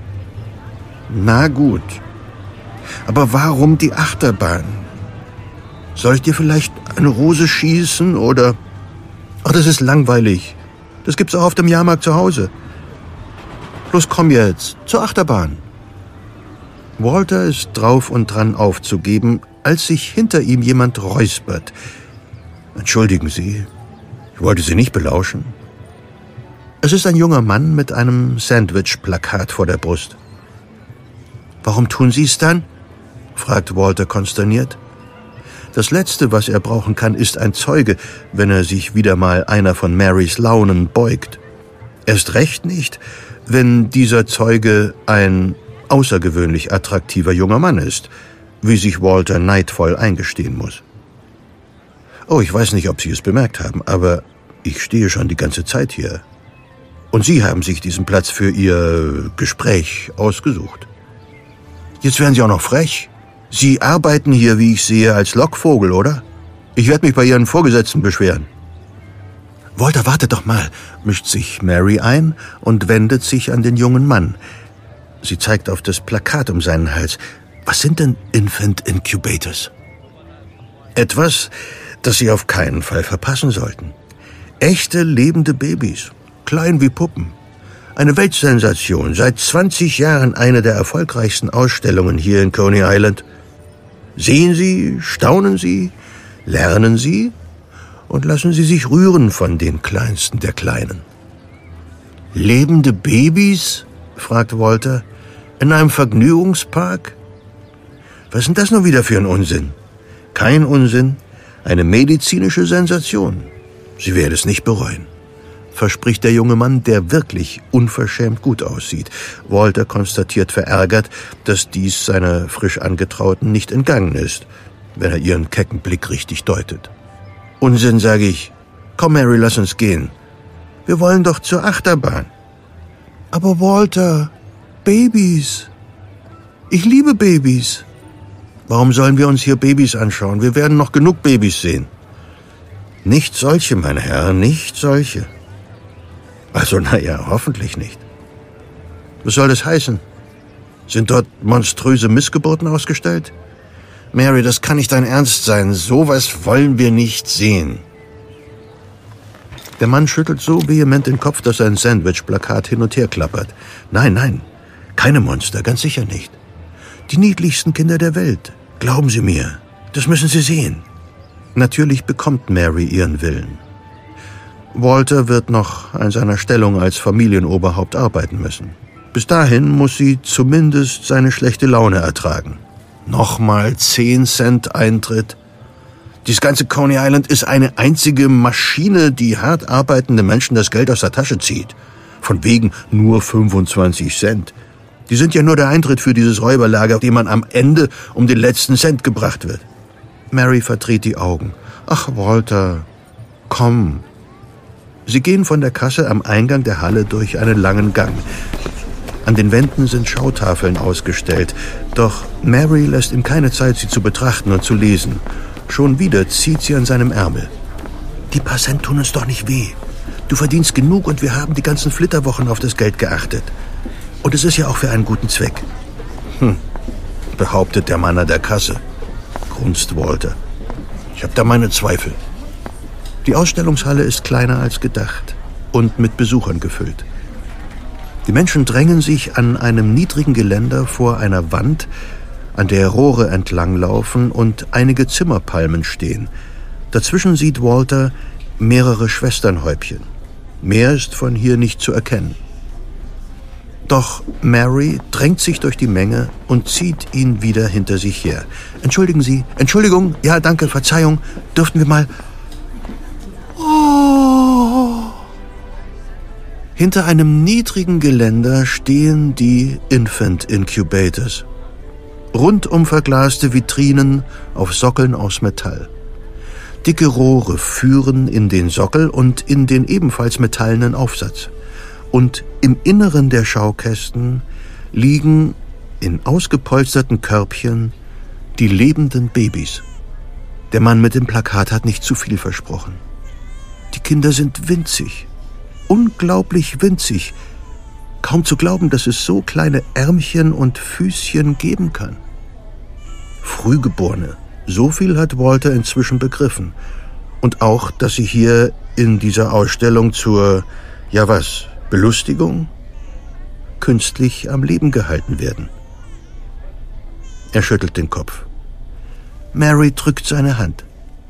Na gut. Aber warum die Achterbahn? Soll ich dir vielleicht eine Rose schießen oder... Ach, das ist langweilig. Das gibt's auch auf dem Jahrmarkt zu Hause. Los, komm jetzt, zur Achterbahn. Walter ist drauf und dran aufzugeben, als sich hinter ihm jemand räuspert. Entschuldigen Sie, ich wollte Sie nicht belauschen. Es ist ein junger Mann mit einem Sandwich-Plakat vor der Brust. Warum tun Sie es dann? Fragt Walter konsterniert. Das Letzte, was er brauchen kann, ist ein Zeuge, wenn er sich wieder mal einer von Marys Launen beugt. Erst recht nicht, wenn dieser Zeuge ein außergewöhnlich attraktiver junger Mann ist, wie sich Walter neidvoll eingestehen muss. Oh, ich weiß nicht, ob Sie es bemerkt haben, aber ich stehe schon die ganze Zeit hier. Und Sie haben sich diesen Platz für Ihr Gespräch ausgesucht. Jetzt werden Sie auch noch frech. Sie arbeiten hier, wie ich sehe, als Lockvogel, oder? Ich werde mich bei Ihren Vorgesetzten beschweren. Walter, warte doch mal, mischt sich Mary ein und wendet sich an den jungen Mann. Sie zeigt auf das Plakat um seinen Hals. Was sind denn Infant Incubators? Etwas, das Sie auf keinen Fall verpassen sollten. Echte, lebende Babys, klein wie Puppen. Eine Weltsensation, seit zwanzig Jahren eine der erfolgreichsten Ausstellungen hier in Coney Island. Sehen Sie, staunen Sie, lernen Sie und lassen Sie sich rühren von den Kleinsten der Kleinen. Lebende Babys? Fragt Walter. In einem Vergnügungspark? Was ist denn das nur wieder für ein Unsinn? Kein Unsinn, eine medizinische Sensation. Sie werden es nicht bereuen, verspricht der junge Mann, der wirklich unverschämt gut aussieht. Walter konstatiert verärgert, dass dies seiner frisch Angetrauten nicht entgangen ist, wenn er ihren kecken Blick richtig deutet. Unsinn, sage ich. Komm, Mary, lass uns gehen. Wir wollen doch zur Achterbahn. Aber Walter, Babys. Ich liebe Babys. Warum sollen wir uns hier Babys anschauen? Wir werden noch genug Babys sehen. Nicht solche, meine Herren, nicht solche. Also, naja, hoffentlich nicht. Was soll das heißen? Sind dort monströse Missgeburten ausgestellt? Mary, das kann nicht dein Ernst sein. Sowas wollen wir nicht sehen. Der Mann schüttelt so vehement den Kopf, dass sein Sandwich-Plakat hin und her klappert. Nein, nein, keine Monster, ganz sicher nicht. Die niedlichsten Kinder der Welt. Glauben Sie mir, das müssen Sie sehen. Natürlich bekommt Mary ihren Willen. Walter wird noch an seiner Stellung als Familienoberhaupt arbeiten müssen. Bis dahin muss sie zumindest seine schlechte Laune ertragen. Nochmal zehn Cent Eintritt. Dieses ganze Coney Island ist eine einzige Maschine, die hart arbeitende Menschen das Geld aus der Tasche zieht. Von wegen nur fünfundzwanzig Cent. Die sind ja nur der Eintritt für dieses Räuberlager, dem man am Ende um den letzten Cent gebracht wird. Mary verdreht die Augen. Ach, Walter, komm. Sie gehen von der Kasse am Eingang der Halle durch einen langen Gang. An den Wänden sind Schautafeln ausgestellt, doch Mary lässt ihm keine Zeit, sie zu betrachten und zu lesen. Schon wieder zieht sie an seinem Ärmel. Die paar Cent tun uns doch nicht weh. Du verdienst genug und wir haben die ganzen Flitterwochen auf das Geld geachtet. Und es ist ja auch für einen guten Zweck. Hm, behauptet der Mann an der Kasse, grunzt Walter. Ich habe da meine Zweifel. Die Ausstellungshalle ist kleiner als gedacht und mit Besuchern gefüllt. Die Menschen drängen sich an einem niedrigen Geländer vor einer Wand, an der Rohre entlanglaufen und einige Zimmerpalmen stehen. Dazwischen sieht Walter mehrere Schwesternhäubchen. Mehr ist von hier nicht zu erkennen. Doch Mary drängt sich durch die Menge und zieht ihn wieder hinter sich her. Entschuldigen Sie, Entschuldigung, ja, danke, Verzeihung, dürften wir mal... Oh. Hinter einem niedrigen Geländer stehen die Infant Incubators. Rundum verglaste Vitrinen auf Sockeln aus Metall. Dicke Rohre führen in den Sockel und in den ebenfalls metallenen Aufsatz. Und im Inneren der Schaukästen liegen in ausgepolsterten Körbchen die lebenden Babys. Der Mann mit dem Plakat hat nicht zu viel versprochen. Die Kinder sind winzig, unglaublich winzig. Kaum zu glauben, dass es so kleine Ärmchen und Füßchen geben kann. Frühgeborene, so viel hat Walter inzwischen begriffen. Und auch, dass sie hier in dieser Ausstellung zur, ja was, Belustigung, künstlich am Leben gehalten werden. Er schüttelt den Kopf. Mary drückt seine Hand.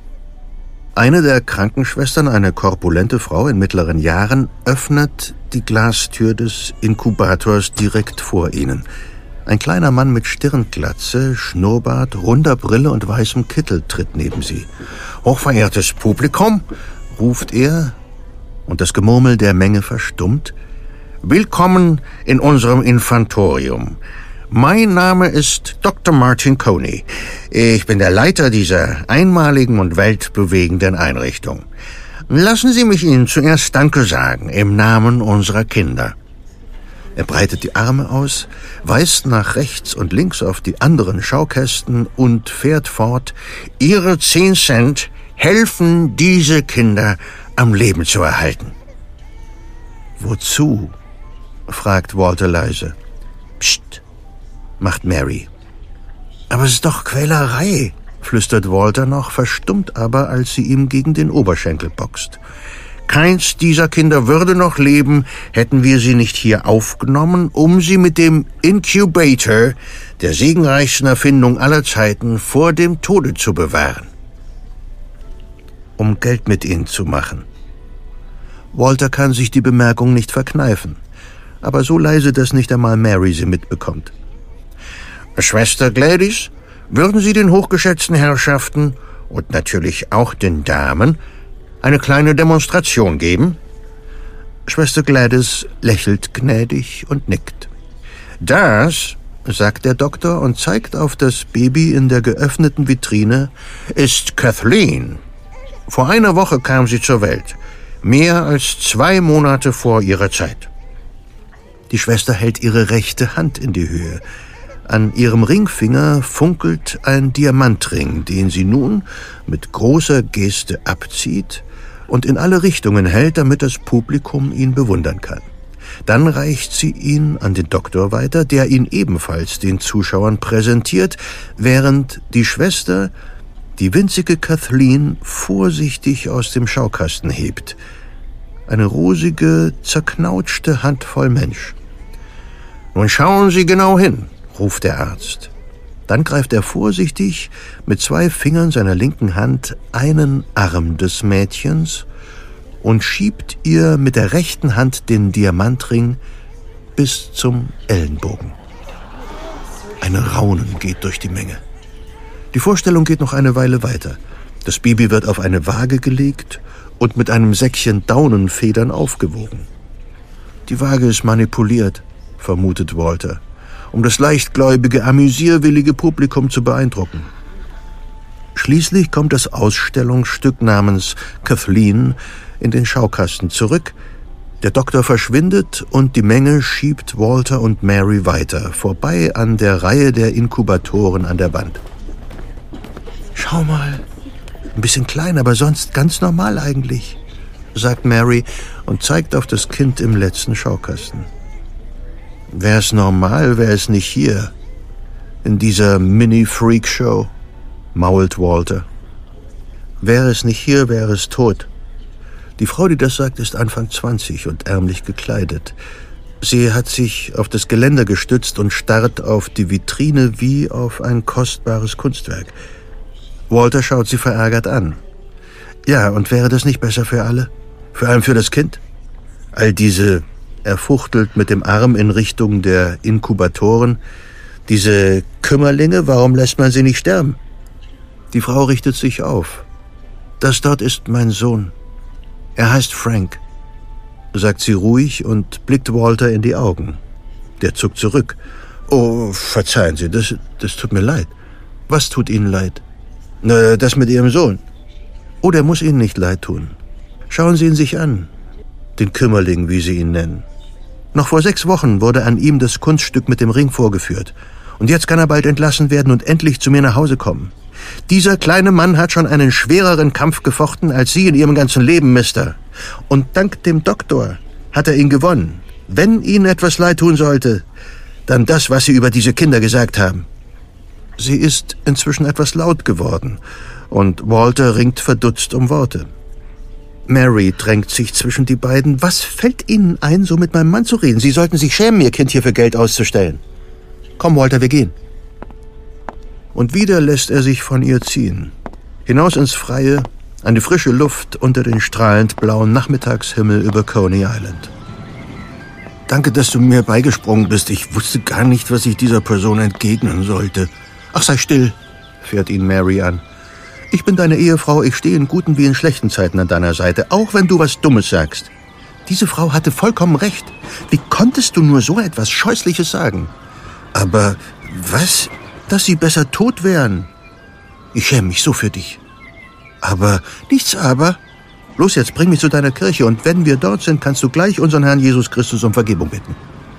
Eine der Krankenschwestern, eine korpulente Frau in mittleren Jahren, öffnet die Glastür des Inkubators direkt vor ihnen. Ein kleiner Mann mit Stirnglatze, Schnurrbart, runder Brille und weißem Kittel tritt neben sie. »Hochverehrtes Publikum«, ruft er, und das Gemurmel der Menge verstummt. »Willkommen in unserem Infantorium. Mein Name ist Doktor Martin Coney. Ich bin der Leiter dieser einmaligen und weltbewegenden Einrichtung. Lassen Sie mich Ihnen zuerst Danke sagen, im Namen unserer Kinder.« Er breitet die Arme aus, weist nach rechts und links auf die anderen Schaukästen und fährt fort. »Ihre zehn Cent helfen diese Kinder am Leben zu erhalten.« »Wozu?« fragt Walter leise. »Psst«, macht Mary. »Aber es ist doch Quälerei«, flüstert Walter noch, verstummt aber, als sie ihm gegen den Oberschenkel boxt. Keins dieser Kinder würde noch leben, hätten wir sie nicht hier aufgenommen, um sie mit dem Incubator, der segenreichsten Erfindung aller Zeiten, vor dem Tode zu bewahren. Um Geld mit ihnen zu machen. Walter kann sich die Bemerkung nicht verkneifen, aber so leise, dass nicht einmal Mary sie mitbekommt. Schwester Gladys, würden Sie den hochgeschätzten Herrschaften und natürlich auch den Damen eine kleine Demonstration geben? Schwester Gladys lächelt gnädig und nickt. Das, sagt der Doktor und zeigt auf das Baby in der geöffneten Vitrine, ist Kathleen. Vor einer Woche kam sie zur Welt, mehr als zwei Monate vor ihrer Zeit. Die Schwester hält ihre rechte Hand in die Höhe. An ihrem Ringfinger funkelt ein Diamantring, den sie nun mit großer Geste abzieht und in alle Richtungen hält, damit das Publikum ihn bewundern kann. Dann reicht sie ihn an den Doktor weiter, der ihn ebenfalls den Zuschauern präsentiert, während die Schwester die winzige Kathleen vorsichtig aus dem Schaukasten hebt. Eine rosige, zerknautschte Handvoll Mensch. »Nun schauen Sie genau hin«, ruft der Arzt. Dann greift er vorsichtig mit zwei Fingern seiner linken Hand einen Arm des Mädchens und schiebt ihr mit der rechten Hand den Diamantring bis zum Ellenbogen. Ein Raunen geht durch die Menge. Die Vorstellung geht noch eine Weile weiter. Das Baby wird auf eine Waage gelegt und mit einem Säckchen Daunenfedern aufgewogen. Die Waage ist manipuliert, vermutet Walter, um das leichtgläubige, amüsierwillige Publikum zu beeindrucken. Schließlich kommt das Ausstellungsstück namens Kathleen in den Schaukasten zurück, der Doktor verschwindet und die Menge schiebt Walter und Mary weiter, vorbei an der Reihe der Inkubatoren an der Wand. »Schau mal, ein bisschen klein, aber sonst ganz normal eigentlich«, sagt Mary und zeigt auf das Kind im letzten Schaukasten. »Wär's normal, wär es nicht hier, in dieser Mini-Freak-Show«, mault Walter. »Wäre es nicht hier, wäre es tot.« Die Frau, die das sagt, ist Anfang zwanzig und ärmlich gekleidet. Sie hat sich auf das Geländer gestützt und starrt auf die Vitrine wie auf ein kostbares Kunstwerk. Walter schaut sie verärgert an. Ja, und wäre das nicht besser für alle? Vor allem für das Kind? All diese... Er fuchtelt mit dem Arm in Richtung der Inkubatoren. Diese Kümmerlinge, warum lässt man sie nicht sterben? Die Frau richtet sich auf. Das dort ist mein Sohn. Er heißt Frank, sagt sie ruhig und blickt Walter in die Augen. Der zuckt zurück. Oh, verzeihen Sie, das, das tut mir leid. Was tut Ihnen leid? Na, das mit Ihrem Sohn. Oh, der muss Ihnen nicht leid tun. Schauen Sie ihn sich an. Den Kümmerling, wie Sie ihn nennen. Noch vor sechs Wochen wurde an ihm das Kunststück mit dem Ring vorgeführt. Und jetzt kann er bald entlassen werden und endlich zu mir nach Hause kommen. Dieser kleine Mann hat schon einen schwereren Kampf gefochten als Sie in Ihrem ganzen Leben, Mister. Und dank dem Doktor hat er ihn gewonnen. Wenn Ihnen etwas leid tun sollte, dann das, was Sie über diese Kinder gesagt haben. Sie ist inzwischen etwas laut geworden und Walter ringt verdutzt um Worte. Mary drängt sich zwischen die beiden. Was fällt Ihnen ein, so mit meinem Mann zu reden? Sie sollten sich schämen, Ihr Kind hier für Geld auszustellen. Komm, Walter, wir gehen. Und wieder lässt er sich von ihr ziehen. Hinaus ins Freie, an die frische Luft unter den strahlend blauen Nachmittagshimmel über Coney Island. Danke, dass du mir beigesprungen bist. Ich wusste gar nicht, was ich dieser Person entgegnen sollte. Ach, sei still, fährt ihn Mary an. Ich bin deine Ehefrau, ich stehe in guten wie in schlechten Zeiten an deiner Seite, auch wenn du was Dummes sagst. Diese Frau hatte vollkommen recht. Wie konntest du nur so etwas Scheußliches sagen? Aber was? Dass sie besser tot wären. Ich schäme mich so für dich. Aber, nichts aber. Los jetzt, bring mich zu deiner Kirche und wenn wir dort sind, kannst du gleich unseren Herrn Jesus Christus um Vergebung bitten.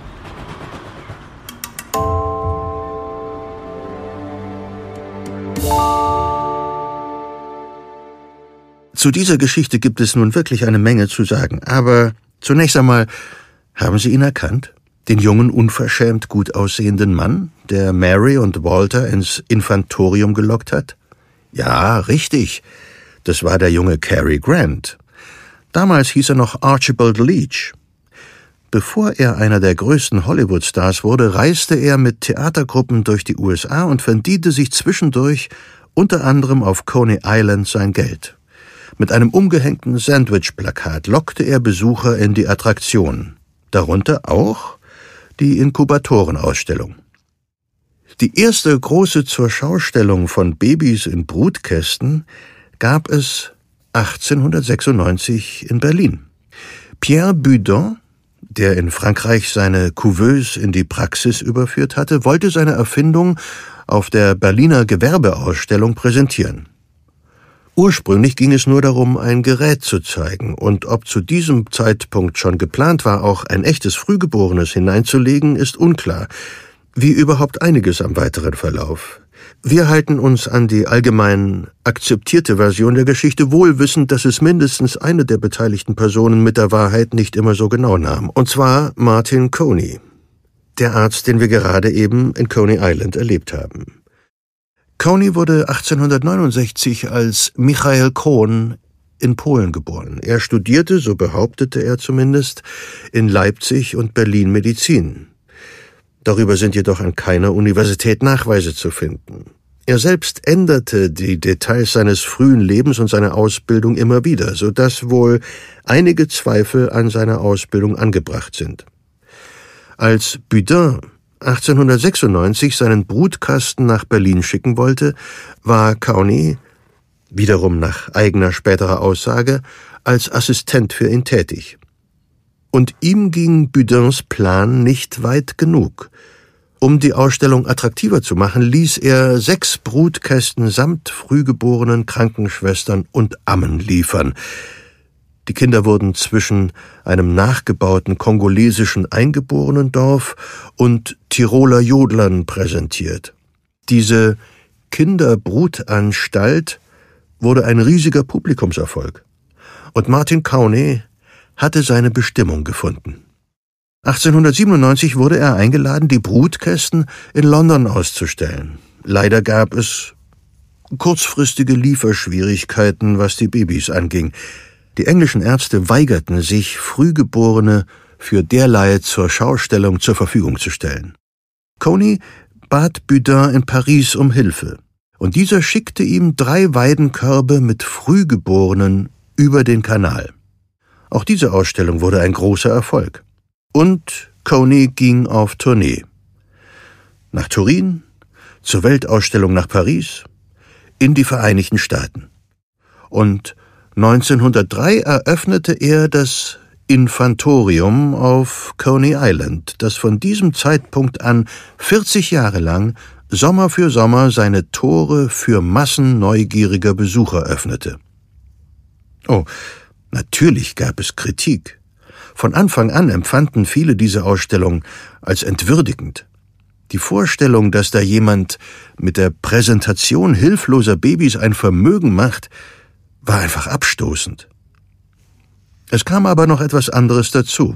Zu dieser Geschichte gibt es nun wirklich eine Menge zu sagen, aber zunächst einmal, haben Sie ihn erkannt? Den jungen, unverschämt gut aussehenden Mann, der Mary und Walter ins Infantorium gelockt hat? Ja, richtig. Das war der junge Cary Grant. Damals hieß er noch Archibald Leach. Bevor er einer der größten Hollywood-Stars wurde, reiste er mit Theatergruppen durch die U S A und verdiente sich zwischendurch unter anderem auf Coney Island sein Geld. Mit einem umgehängten Sandwich-Plakat lockte er Besucher in die Attraktion, darunter auch die Inkubatorenausstellung. Die erste große Zurschaustellung von Babys in Brutkästen gab es achtzehnhundertsechsundneunzig in Berlin. Pierre Budin, der in Frankreich seine Couveuse in die Praxis überführt hatte, wollte seine Erfindung auf der Berliner Gewerbeausstellung präsentieren. Ursprünglich ging es nur darum, ein Gerät zu zeigen, und ob zu diesem Zeitpunkt schon geplant war, auch ein echtes Frühgeborenes hineinzulegen, ist unklar, wie überhaupt einiges am weiteren Verlauf. Wir halten uns an die allgemein akzeptierte Version der Geschichte, wohl wissend, dass es mindestens eine der beteiligten Personen mit der Wahrheit nicht immer so genau nahm, und zwar Martin Coney, der Arzt, den wir gerade eben in Coney Island erlebt haben. Coney wurde achtzehnhundertneunundsechzig als Michael Cohn in Polen geboren. Er studierte, so behauptete er zumindest, in Leipzig und Berlin Medizin. Darüber sind jedoch an keiner Universität Nachweise zu finden. Er selbst änderte die Details seines frühen Lebens und seiner Ausbildung immer wieder, sodass wohl einige Zweifel an seiner Ausbildung angebracht sind. Als Budin achtzehnhundertsechsundneunzig seinen Brutkasten nach Berlin schicken wollte, war Coney, wiederum nach eigener späterer Aussage, als Assistent für ihn tätig. Und ihm ging Budins Plan nicht weit genug. Um die Ausstellung attraktiver zu machen, ließ er sechs Brutkästen samt frühgeborenen Krankenschwestern und Ammen liefern. Die Kinder wurden zwischen einem nachgebauten kongolesischen Eingeborenendorf und Tiroler Jodlern präsentiert. Diese Kinderbrutanstalt wurde ein riesiger Publikumserfolg. Und Martin Coney hatte seine Bestimmung gefunden. achtzehnhundertsiebenundneunzig wurde er eingeladen, die Brutkästen in London auszustellen. Leider gab es kurzfristige Lieferschwierigkeiten, was die Babys anging. Die englischen Ärzte weigerten sich, Frühgeborene für derlei zur Schaustellung zur Verfügung zu stellen. Coney bat Budin in Paris um Hilfe, und dieser schickte ihm drei Weidenkörbe mit Frühgeborenen über den Kanal. Auch diese Ausstellung wurde ein großer Erfolg. Und Coney ging auf Tournee. Nach Turin, zur Weltausstellung nach Paris, in die Vereinigten Staaten. Und neunzehnhundertdrei eröffnete er das Infantorium auf Coney Island, das von diesem Zeitpunkt an vierzig Jahre lang Sommer für Sommer seine Tore für Massen neugieriger Besucher öffnete. Oh, natürlich gab es Kritik. Von Anfang an empfanden viele diese Ausstellung als entwürdigend. Die Vorstellung, dass da jemand mit der Präsentation hilfloser Babys ein Vermögen macht, war einfach abstoßend. Es kam aber noch etwas anderes dazu.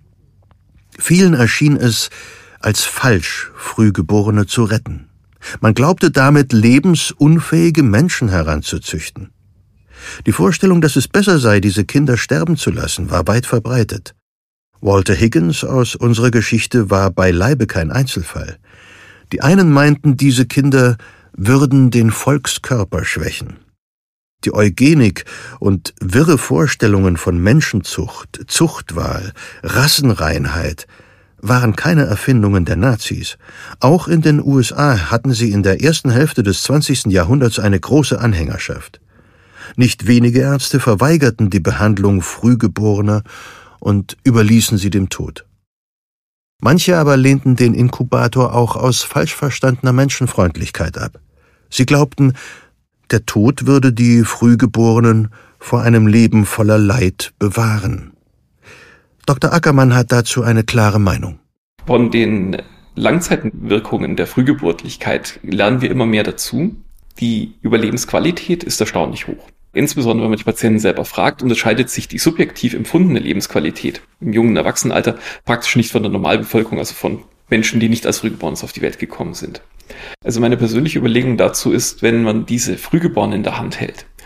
Vielen erschien es als falsch, Frühgeborene zu retten. Man glaubte damit, lebensunfähige Menschen heranzuzüchten. Die Vorstellung, dass es besser sei, diese Kinder sterben zu lassen, war weit verbreitet. Walter Higgins aus unserer Geschichte war beileibe kein Einzelfall. Die einen meinten, diese Kinder würden den Volkskörper schwächen. Die Eugenik und wirre Vorstellungen von Menschenzucht, Zuchtwahl, Rassenreinheit waren keine Erfindungen der Nazis. Auch in den U S A hatten sie in der ersten Hälfte des zwanzigsten Jahrhunderts eine große Anhängerschaft. Nicht wenige Ärzte verweigerten die Behandlung Frühgeborener und überließen sie dem Tod. Manche aber lehnten den Inkubator auch aus falsch verstandener Menschenfreundlichkeit ab. Sie glaubten, der Tod würde die Frühgeborenen vor einem Leben voller Leid bewahren. Doktor Ackermann hat dazu eine klare Meinung. Von den Langzeitwirkungen der Frühgeburtlichkeit lernen wir immer mehr dazu. Die Überlebensqualität ist erstaunlich hoch. Insbesondere wenn man die Patienten selber fragt, unterscheidet sich die subjektiv empfundene Lebensqualität im jungen Erwachsenenalter praktisch nicht von der Normalbevölkerung, also von Menschen, die nicht als Frühgeborenes auf die Welt gekommen sind. Also meine persönliche Überlegung dazu ist, wenn man diese Frühgeborenen in der Hand hält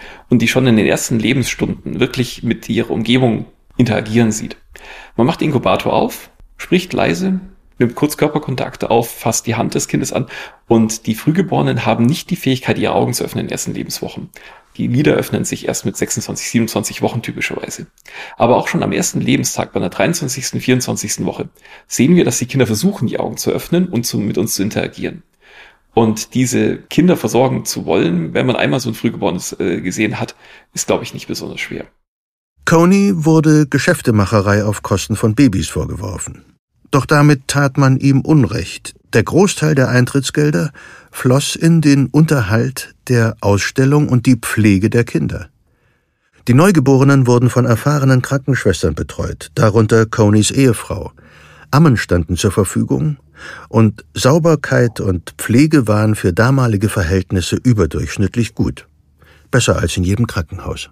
und die schon in den ersten Lebensstunden wirklich mit ihrer Umgebung interagieren sieht. Man macht den Inkubator auf, spricht leise, nimmt kurz Körperkontakte auf, fasst die Hand des Kindes an und die Frühgeborenen haben nicht die Fähigkeit, ihre Augen zu öffnen in den ersten Lebenswochen. Die Lider öffnen sich erst mit sechsundzwanzig, siebenundzwanzig Wochen typischerweise. Aber auch schon am ersten Lebenstag, bei der dreiundzwanzigsten, vierundzwanzigsten Woche, sehen wir, dass die Kinder versuchen, die Augen zu öffnen und zu, mit uns zu interagieren. Und diese Kinder versorgen zu wollen, wenn man einmal so ein Frühgeborenes äh, gesehen hat, ist, glaube ich, nicht besonders schwer. Coney wurde Geschäftemacherei auf Kosten von Babys vorgeworfen. Doch damit tat man ihm Unrecht. Der Großteil der Eintrittsgelder floss in den Unterhalt der Ausstellung und die Pflege der Kinder. Die Neugeborenen wurden von erfahrenen Krankenschwestern betreut, darunter Coneys Ehefrau. Ammen standen zur Verfügung und Sauberkeit und Pflege waren für damalige Verhältnisse überdurchschnittlich gut. Besser als in jedem Krankenhaus.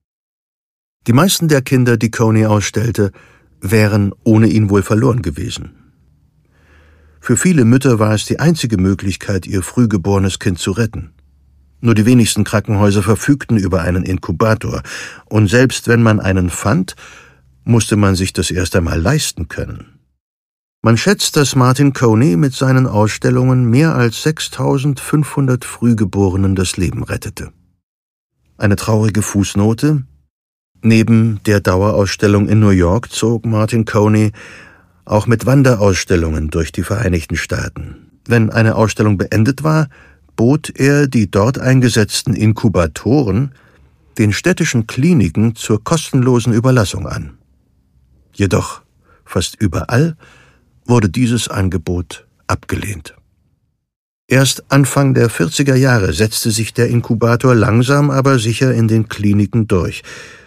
Die meisten der Kinder, die Coney ausstellte, wären ohne ihn wohl verloren gewesen. Für viele Mütter war es die einzige Möglichkeit, ihr frühgeborenes Kind zu retten. Nur die wenigsten Krankenhäuser verfügten über einen Inkubator, und selbst wenn man einen fand, musste man sich das erst einmal leisten können. Man schätzt, dass Martin Coney mit seinen Ausstellungen mehr als sechstausendfünfhundert Frühgeborenen das Leben rettete. Eine traurige Fußnote: Neben der Dauerausstellung in New York zog Martin Coney auch mit Wanderausstellungen durch die Vereinigten Staaten. Wenn eine Ausstellung beendet war, bot er die dort eingesetzten Inkubatoren den städtischen Kliniken zur kostenlosen Überlassung an. Jedoch fast überall wurde dieses Angebot abgelehnt. Erst Anfang der vierziger Jahre setzte sich der Inkubator langsam aber sicher in den Kliniken durch.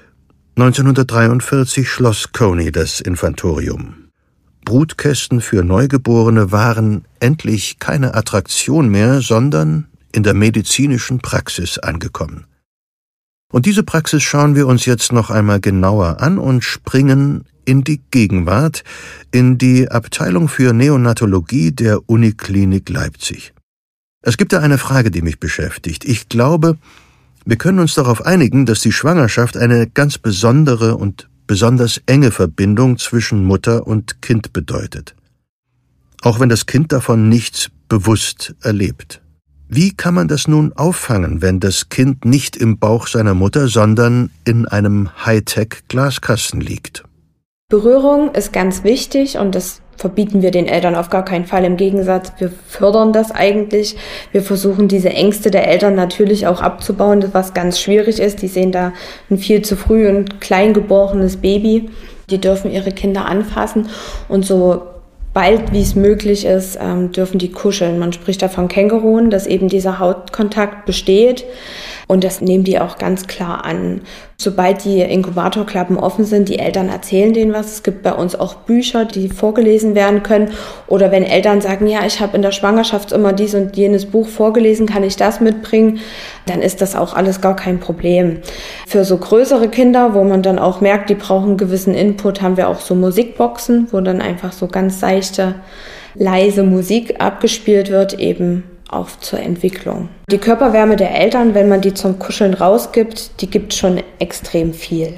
neunzehnhundertdreiundvierzig schloss Coney das Infantorium. Brutkästen für Neugeborene waren endlich keine Attraktion mehr, sondern in der medizinischen Praxis angekommen. Und diese Praxis schauen wir uns jetzt noch einmal genauer an und springen in die Gegenwart, in die Abteilung für Neonatologie der Uniklinik Leipzig. Es gibt da eine Frage, die mich beschäftigt. Ich glaube, wir können uns darauf einigen, dass die Schwangerschaft eine ganz besondere und besonders enge Verbindung zwischen Mutter und Kind bedeutet. Auch wenn das Kind davon nichts bewusst erlebt. Wie kann man das nun auffangen, wenn das Kind nicht im Bauch seiner Mutter, sondern in einem Hightech-Glaskasten liegt? Berührung ist ganz wichtig und das verbieten wir den Eltern auf gar keinen Fall. Im Gegensatz, wir fördern das eigentlich. Wir versuchen, diese Ängste der Eltern natürlich auch abzubauen, was ganz schwierig ist. Die sehen da ein viel zu früh ein kleingeborenes Baby. Die dürfen ihre Kinder anfassen und so bald wie es möglich ist, dürfen die kuscheln. Man spricht da von Känguruen, dass eben dieser Hautkontakt besteht. Und das nehmen die auch ganz klar an. Sobald die Inkubatorklappen offen sind, die Eltern erzählen denen was. Es gibt bei uns auch Bücher, die vorgelesen werden können. Oder wenn Eltern sagen, ja, ich habe in der Schwangerschaft immer dies und jenes Buch vorgelesen, kann ich das mitbringen? Dann ist das auch alles gar kein Problem. Für so größere Kinder, wo man dann auch merkt, die brauchen einen gewissen Input, haben wir auch so Musikboxen, wo dann einfach so ganz seichte, leise Musik abgespielt wird, eben auch zur Entwicklung. Die Körperwärme der Eltern, wenn man die zum Kuscheln rausgibt, die gibt schon extrem viel.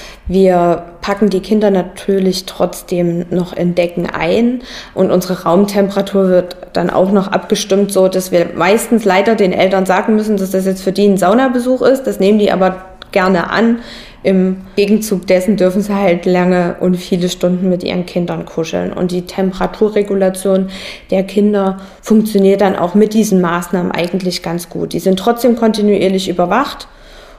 Wir packen die Kinder natürlich trotzdem noch in Decken ein und unsere Raumtemperatur wird dann auch noch abgestimmt, so dass wir meistens leider den Eltern sagen müssen, dass das jetzt für die ein Saunabesuch ist. Das nehmen die aber gerne an. Im Gegenzug dessen dürfen sie halt lange und viele Stunden mit ihren Kindern kuscheln. Und die Temperaturregulation der Kinder funktioniert dann auch mit diesen Maßnahmen eigentlich ganz gut. Die sind trotzdem kontinuierlich überwacht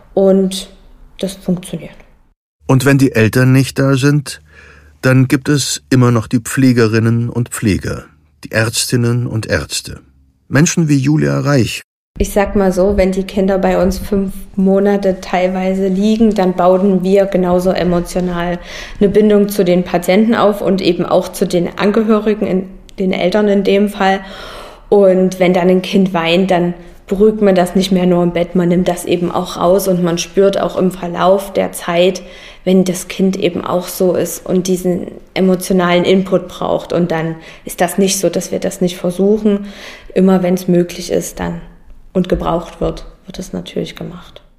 und das funktioniert. Und wenn die Eltern nicht da sind, dann gibt es immer noch die Pflegerinnen und Pfleger, die Ärztinnen und Ärzte. Menschen wie Julia Reich. Ich sag mal so, wenn die Kinder bei uns fünf Monate teilweise liegen, dann bauen wir genauso emotional eine Bindung zu den Patienten auf und eben auch zu den Angehörigen, den Eltern in dem Fall. Und wenn dann ein Kind weint, dann beruhigt man das nicht mehr nur im Bett, man nimmt das eben auch raus und man spürt auch im Verlauf der Zeit, wenn das Kind eben auch so ist und diesen emotionalen Input braucht. Und dann ist das nicht so, dass wir das nicht versuchen. Immer wenn es möglich ist, dann und gebraucht wird, wird es natürlich gemacht.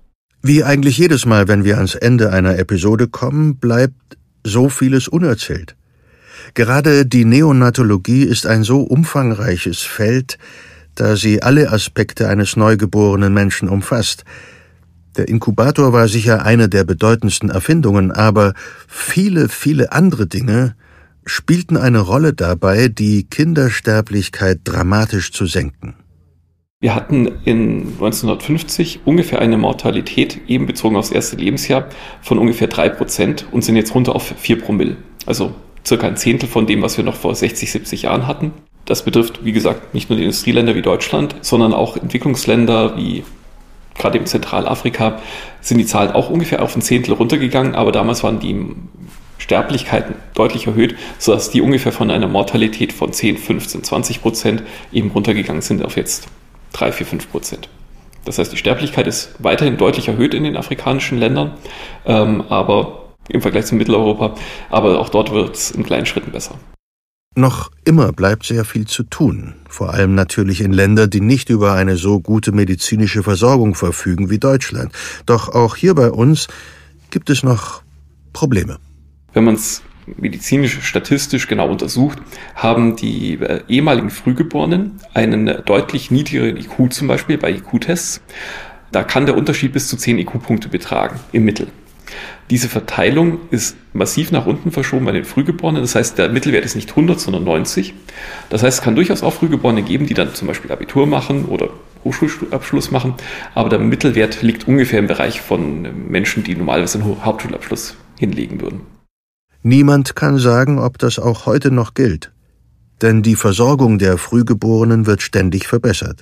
Wie eigentlich jedes Mal, wenn wir ans Ende einer Episode kommen, bleibt so vieles unerzählt. Gerade die Neonatologie ist ein so umfangreiches Feld, da sie alle Aspekte eines neugeborenen Menschen umfasst. Der Inkubator war sicher eine der bedeutendsten Erfindungen, aber viele, viele andere Dinge spielten eine Rolle dabei, die Kindersterblichkeit dramatisch zu senken. Wir hatten in neunzehnhundertfünfzig ungefähr eine Mortalität, eben bezogen aufs erste Lebensjahr, von ungefähr drei Prozent und sind jetzt runter auf vier Promille. Also circa ein Zehntel von dem, was wir noch vor sechzig, siebzig Jahren hatten. Das betrifft, wie gesagt, nicht nur die Industrieländer wie Deutschland, sondern auch Entwicklungsländer wie gerade in Zentralafrika sind die Zahlen auch ungefähr auf ein Zehntel runtergegangen, aber damals waren die Sterblichkeiten deutlich erhöht, sodass die ungefähr von einer Mortalität von zehn, fünfzehn, zwanzig Prozent eben runtergegangen sind auf jetzt drei, vier, fünf Prozent. Das heißt, die Sterblichkeit ist weiterhin deutlich erhöht in den afrikanischen Ländern, ähm, aber im Vergleich zu Mitteleuropa, aber auch dort wird es in kleinen Schritten besser. Noch immer bleibt sehr viel zu tun, vor allem natürlich in Ländern, die nicht über eine so gute medizinische Versorgung verfügen wie Deutschland. Doch auch hier bei uns gibt es noch Probleme. Wenn man es medizinisch, statistisch genau untersucht, haben die äh, ehemaligen Frühgeborenen einen deutlich niedrigeren I Q zum Beispiel bei I Q-Tests. Da kann der Unterschied bis zu zehn I Q-Punkte betragen im Mittel. Diese Verteilung ist massiv nach unten verschoben bei den Frühgeborenen. Das heißt, der Mittelwert ist nicht hundert, sondern neunzig. Das heißt, es kann durchaus auch Frühgeborene geben, die dann zum Beispiel Abitur machen oder Hochschulabschluss machen. Aber der Mittelwert liegt ungefähr im Bereich von Menschen, die normalerweise einen Hauptschulabschluss hinlegen würden. Niemand kann sagen, ob das auch heute noch gilt. Denn die Versorgung der Frühgeborenen wird ständig verbessert.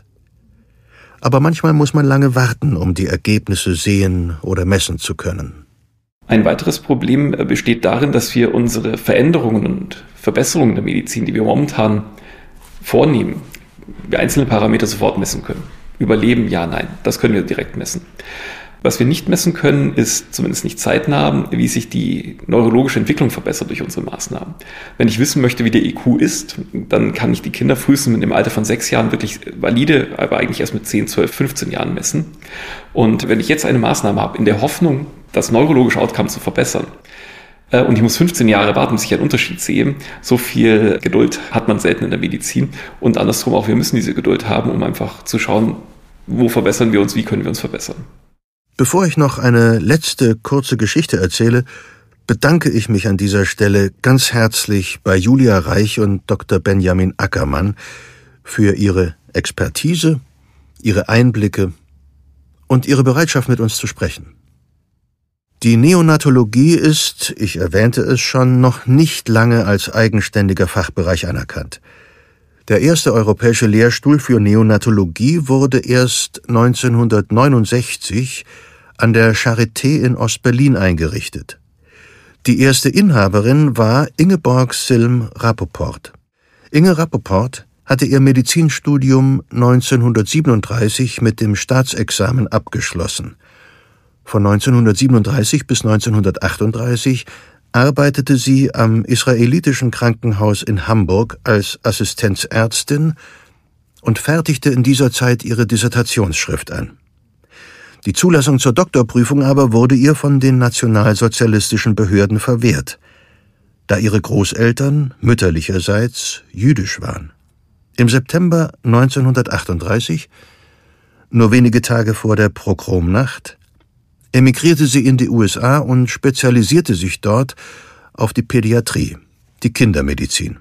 Aber manchmal muss man lange warten, um die Ergebnisse sehen oder messen zu können. Ein weiteres Problem besteht darin, dass wir unsere Veränderungen und Verbesserungen der Medizin, die wir momentan vornehmen, wir einzelne Parameter sofort messen können. Überleben, ja, nein, das können wir direkt messen. Was wir nicht messen können, ist zumindest nicht zeitnah, wie sich die neurologische Entwicklung verbessert durch unsere Maßnahmen. Wenn ich wissen möchte, wie der I Q ist, dann kann ich die Kinder frühestens mit dem Alter von sechs Jahren wirklich valide, aber eigentlich erst mit zehn, zwölf, fünfzehn Jahren messen. Und wenn ich jetzt eine Maßnahme habe, in der Hoffnung, das neurologische Outcome zu verbessern, und ich muss fünfzehn Jahre warten, bis ich einen Unterschied sehe, so viel Geduld hat man selten in der Medizin. Und andersrum auch, wir müssen diese Geduld haben, um einfach zu schauen, wo verbessern wir uns, wie können wir uns verbessern. Bevor ich noch eine letzte kurze Geschichte erzähle, bedanke ich mich an dieser Stelle ganz herzlich bei Julia Reich und Doktor Benjamin Ackermann für ihre Expertise, ihre Einblicke und ihre Bereitschaft, mit uns zu sprechen. Die Neonatologie ist, ich erwähnte es schon, noch nicht lange als eigenständiger Fachbereich anerkannt. Der erste europäische Lehrstuhl für Neonatologie wurde erst neunzehnhundertneunundsechzig an der Charité in Ost-Berlin eingerichtet. Die erste Inhaberin war Ingeborg Silm-Rapoport. Inge Rapoport hatte ihr Medizinstudium neunzehnhundertsiebenunddreißig mit dem Staatsexamen abgeschlossen. Von neunzehnhundertsiebenunddreißig bis neunzehnhundertachtunddreißig arbeitete sie am israelitischen Krankenhaus in Hamburg als Assistenzärztin und fertigte in dieser Zeit ihre Dissertationsschrift an. Die Zulassung zur Doktorprüfung aber wurde ihr von den nationalsozialistischen Behörden verwehrt, da ihre Großeltern mütterlicherseits jüdisch waren. Im September neunzehnhundertachtunddreißig, nur wenige Tage vor der Pogromnacht, emigrierte sie in die U S A und spezialisierte sich dort auf die Pädiatrie, die Kindermedizin.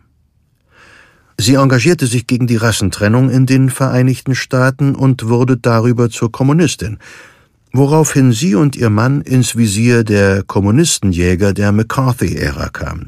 Sie engagierte sich gegen die Rassentrennung in den Vereinigten Staaten und wurde darüber zur Kommunistin, woraufhin sie und ihr Mann ins Visier der Kommunistenjäger der McCarthy-Ära kamen.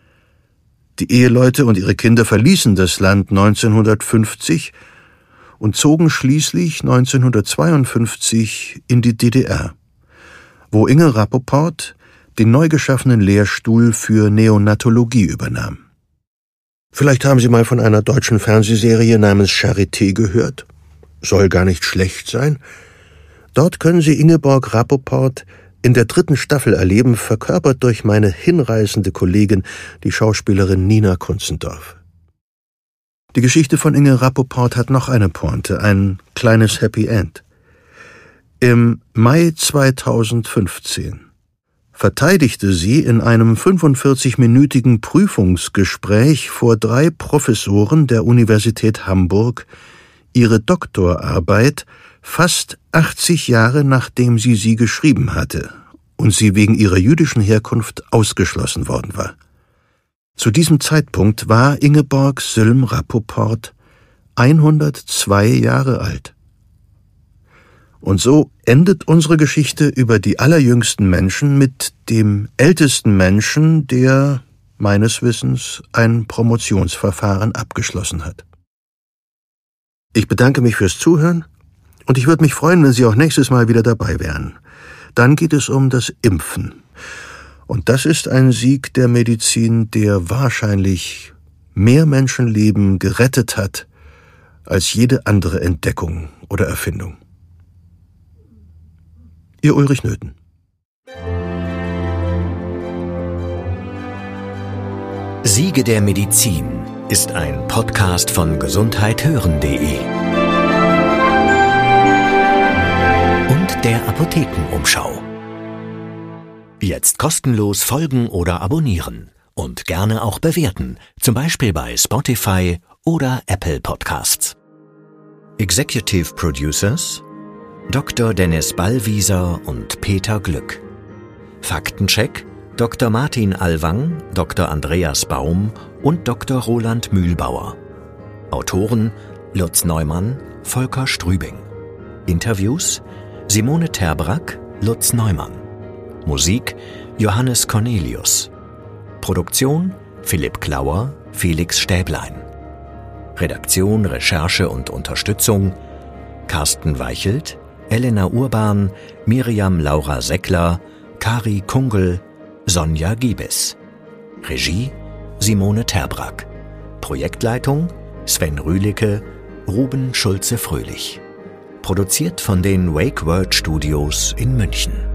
Die Eheleute und ihre Kinder verließen das Land neunzehnhundertfünfzig und zogen schließlich neunzehnhundertzweiundfünfzig in die D D R, wo Inge Rapoport den neu geschaffenen Lehrstuhl für Neonatologie übernahm. Vielleicht haben Sie mal von einer deutschen Fernsehserie namens Charité gehört. Soll gar nicht schlecht sein. Dort können Sie Ingeborg Rapoport in der dritten Staffel erleben, verkörpert durch meine hinreißende Kollegin, die Schauspielerin Nina Kunzendorf. Die Geschichte von Inge Rapoport hat noch eine Pointe, ein kleines Happy End. Im Mai zweitausendfünfzehn verteidigte sie in einem fünfundvierzigminütigen Prüfungsgespräch vor drei Professoren der Universität Hamburg ihre Doktorarbeit fast achtzig Jahre nachdem sie sie geschrieben hatte und sie wegen ihrer jüdischen Herkunft ausgeschlossen worden war. Zu diesem Zeitpunkt war Ingeborg Sülm-Rappoport hundertzwei Jahre alt. Und so endet unsere Geschichte über die allerjüngsten Menschen mit dem ältesten Menschen, der meines Wissens ein Promotionsverfahren abgeschlossen hat. Ich bedanke mich fürs Zuhören und ich würde mich freuen, wenn Sie auch nächstes Mal wieder dabei wären. Dann geht es um das Impfen. Und das ist ein Sieg der Medizin, der wahrscheinlich mehr Menschenleben gerettet hat als jede andere Entdeckung oder Erfindung. Ihr Ulrich Nöthen. Siege der Medizin ist ein Podcast von gesundheit hören punkt de und der Apothekenumschau. Jetzt kostenlos folgen oder abonnieren und gerne auch bewerten, zum Beispiel bei Spotify oder Apple Podcasts. Executive Producers Doktor Dennis Ballwieser und Peter Glück. Faktencheck Doktor Martin Alwang, Doktor Andreas Baum und Doktor Roland Mühlbauer. Autoren Lutz Neumann, Volker Strübing. Interviews Simone Terbrack, Lutz Neumann. Musik Johannes Cornelius. Produktion Philipp Klauer, Felix Stäblein. Redaktion, Recherche und Unterstützung Carsten Weichelt, Elena Urban, Miriam Laura Seckler, Kari Kungel, Sonja Giebes. Regie Simone Terbrack. Projektleitung Sven Rühlicke, Ruben Schulze-Fröhlich. Produziert von den Wake World Studios in München.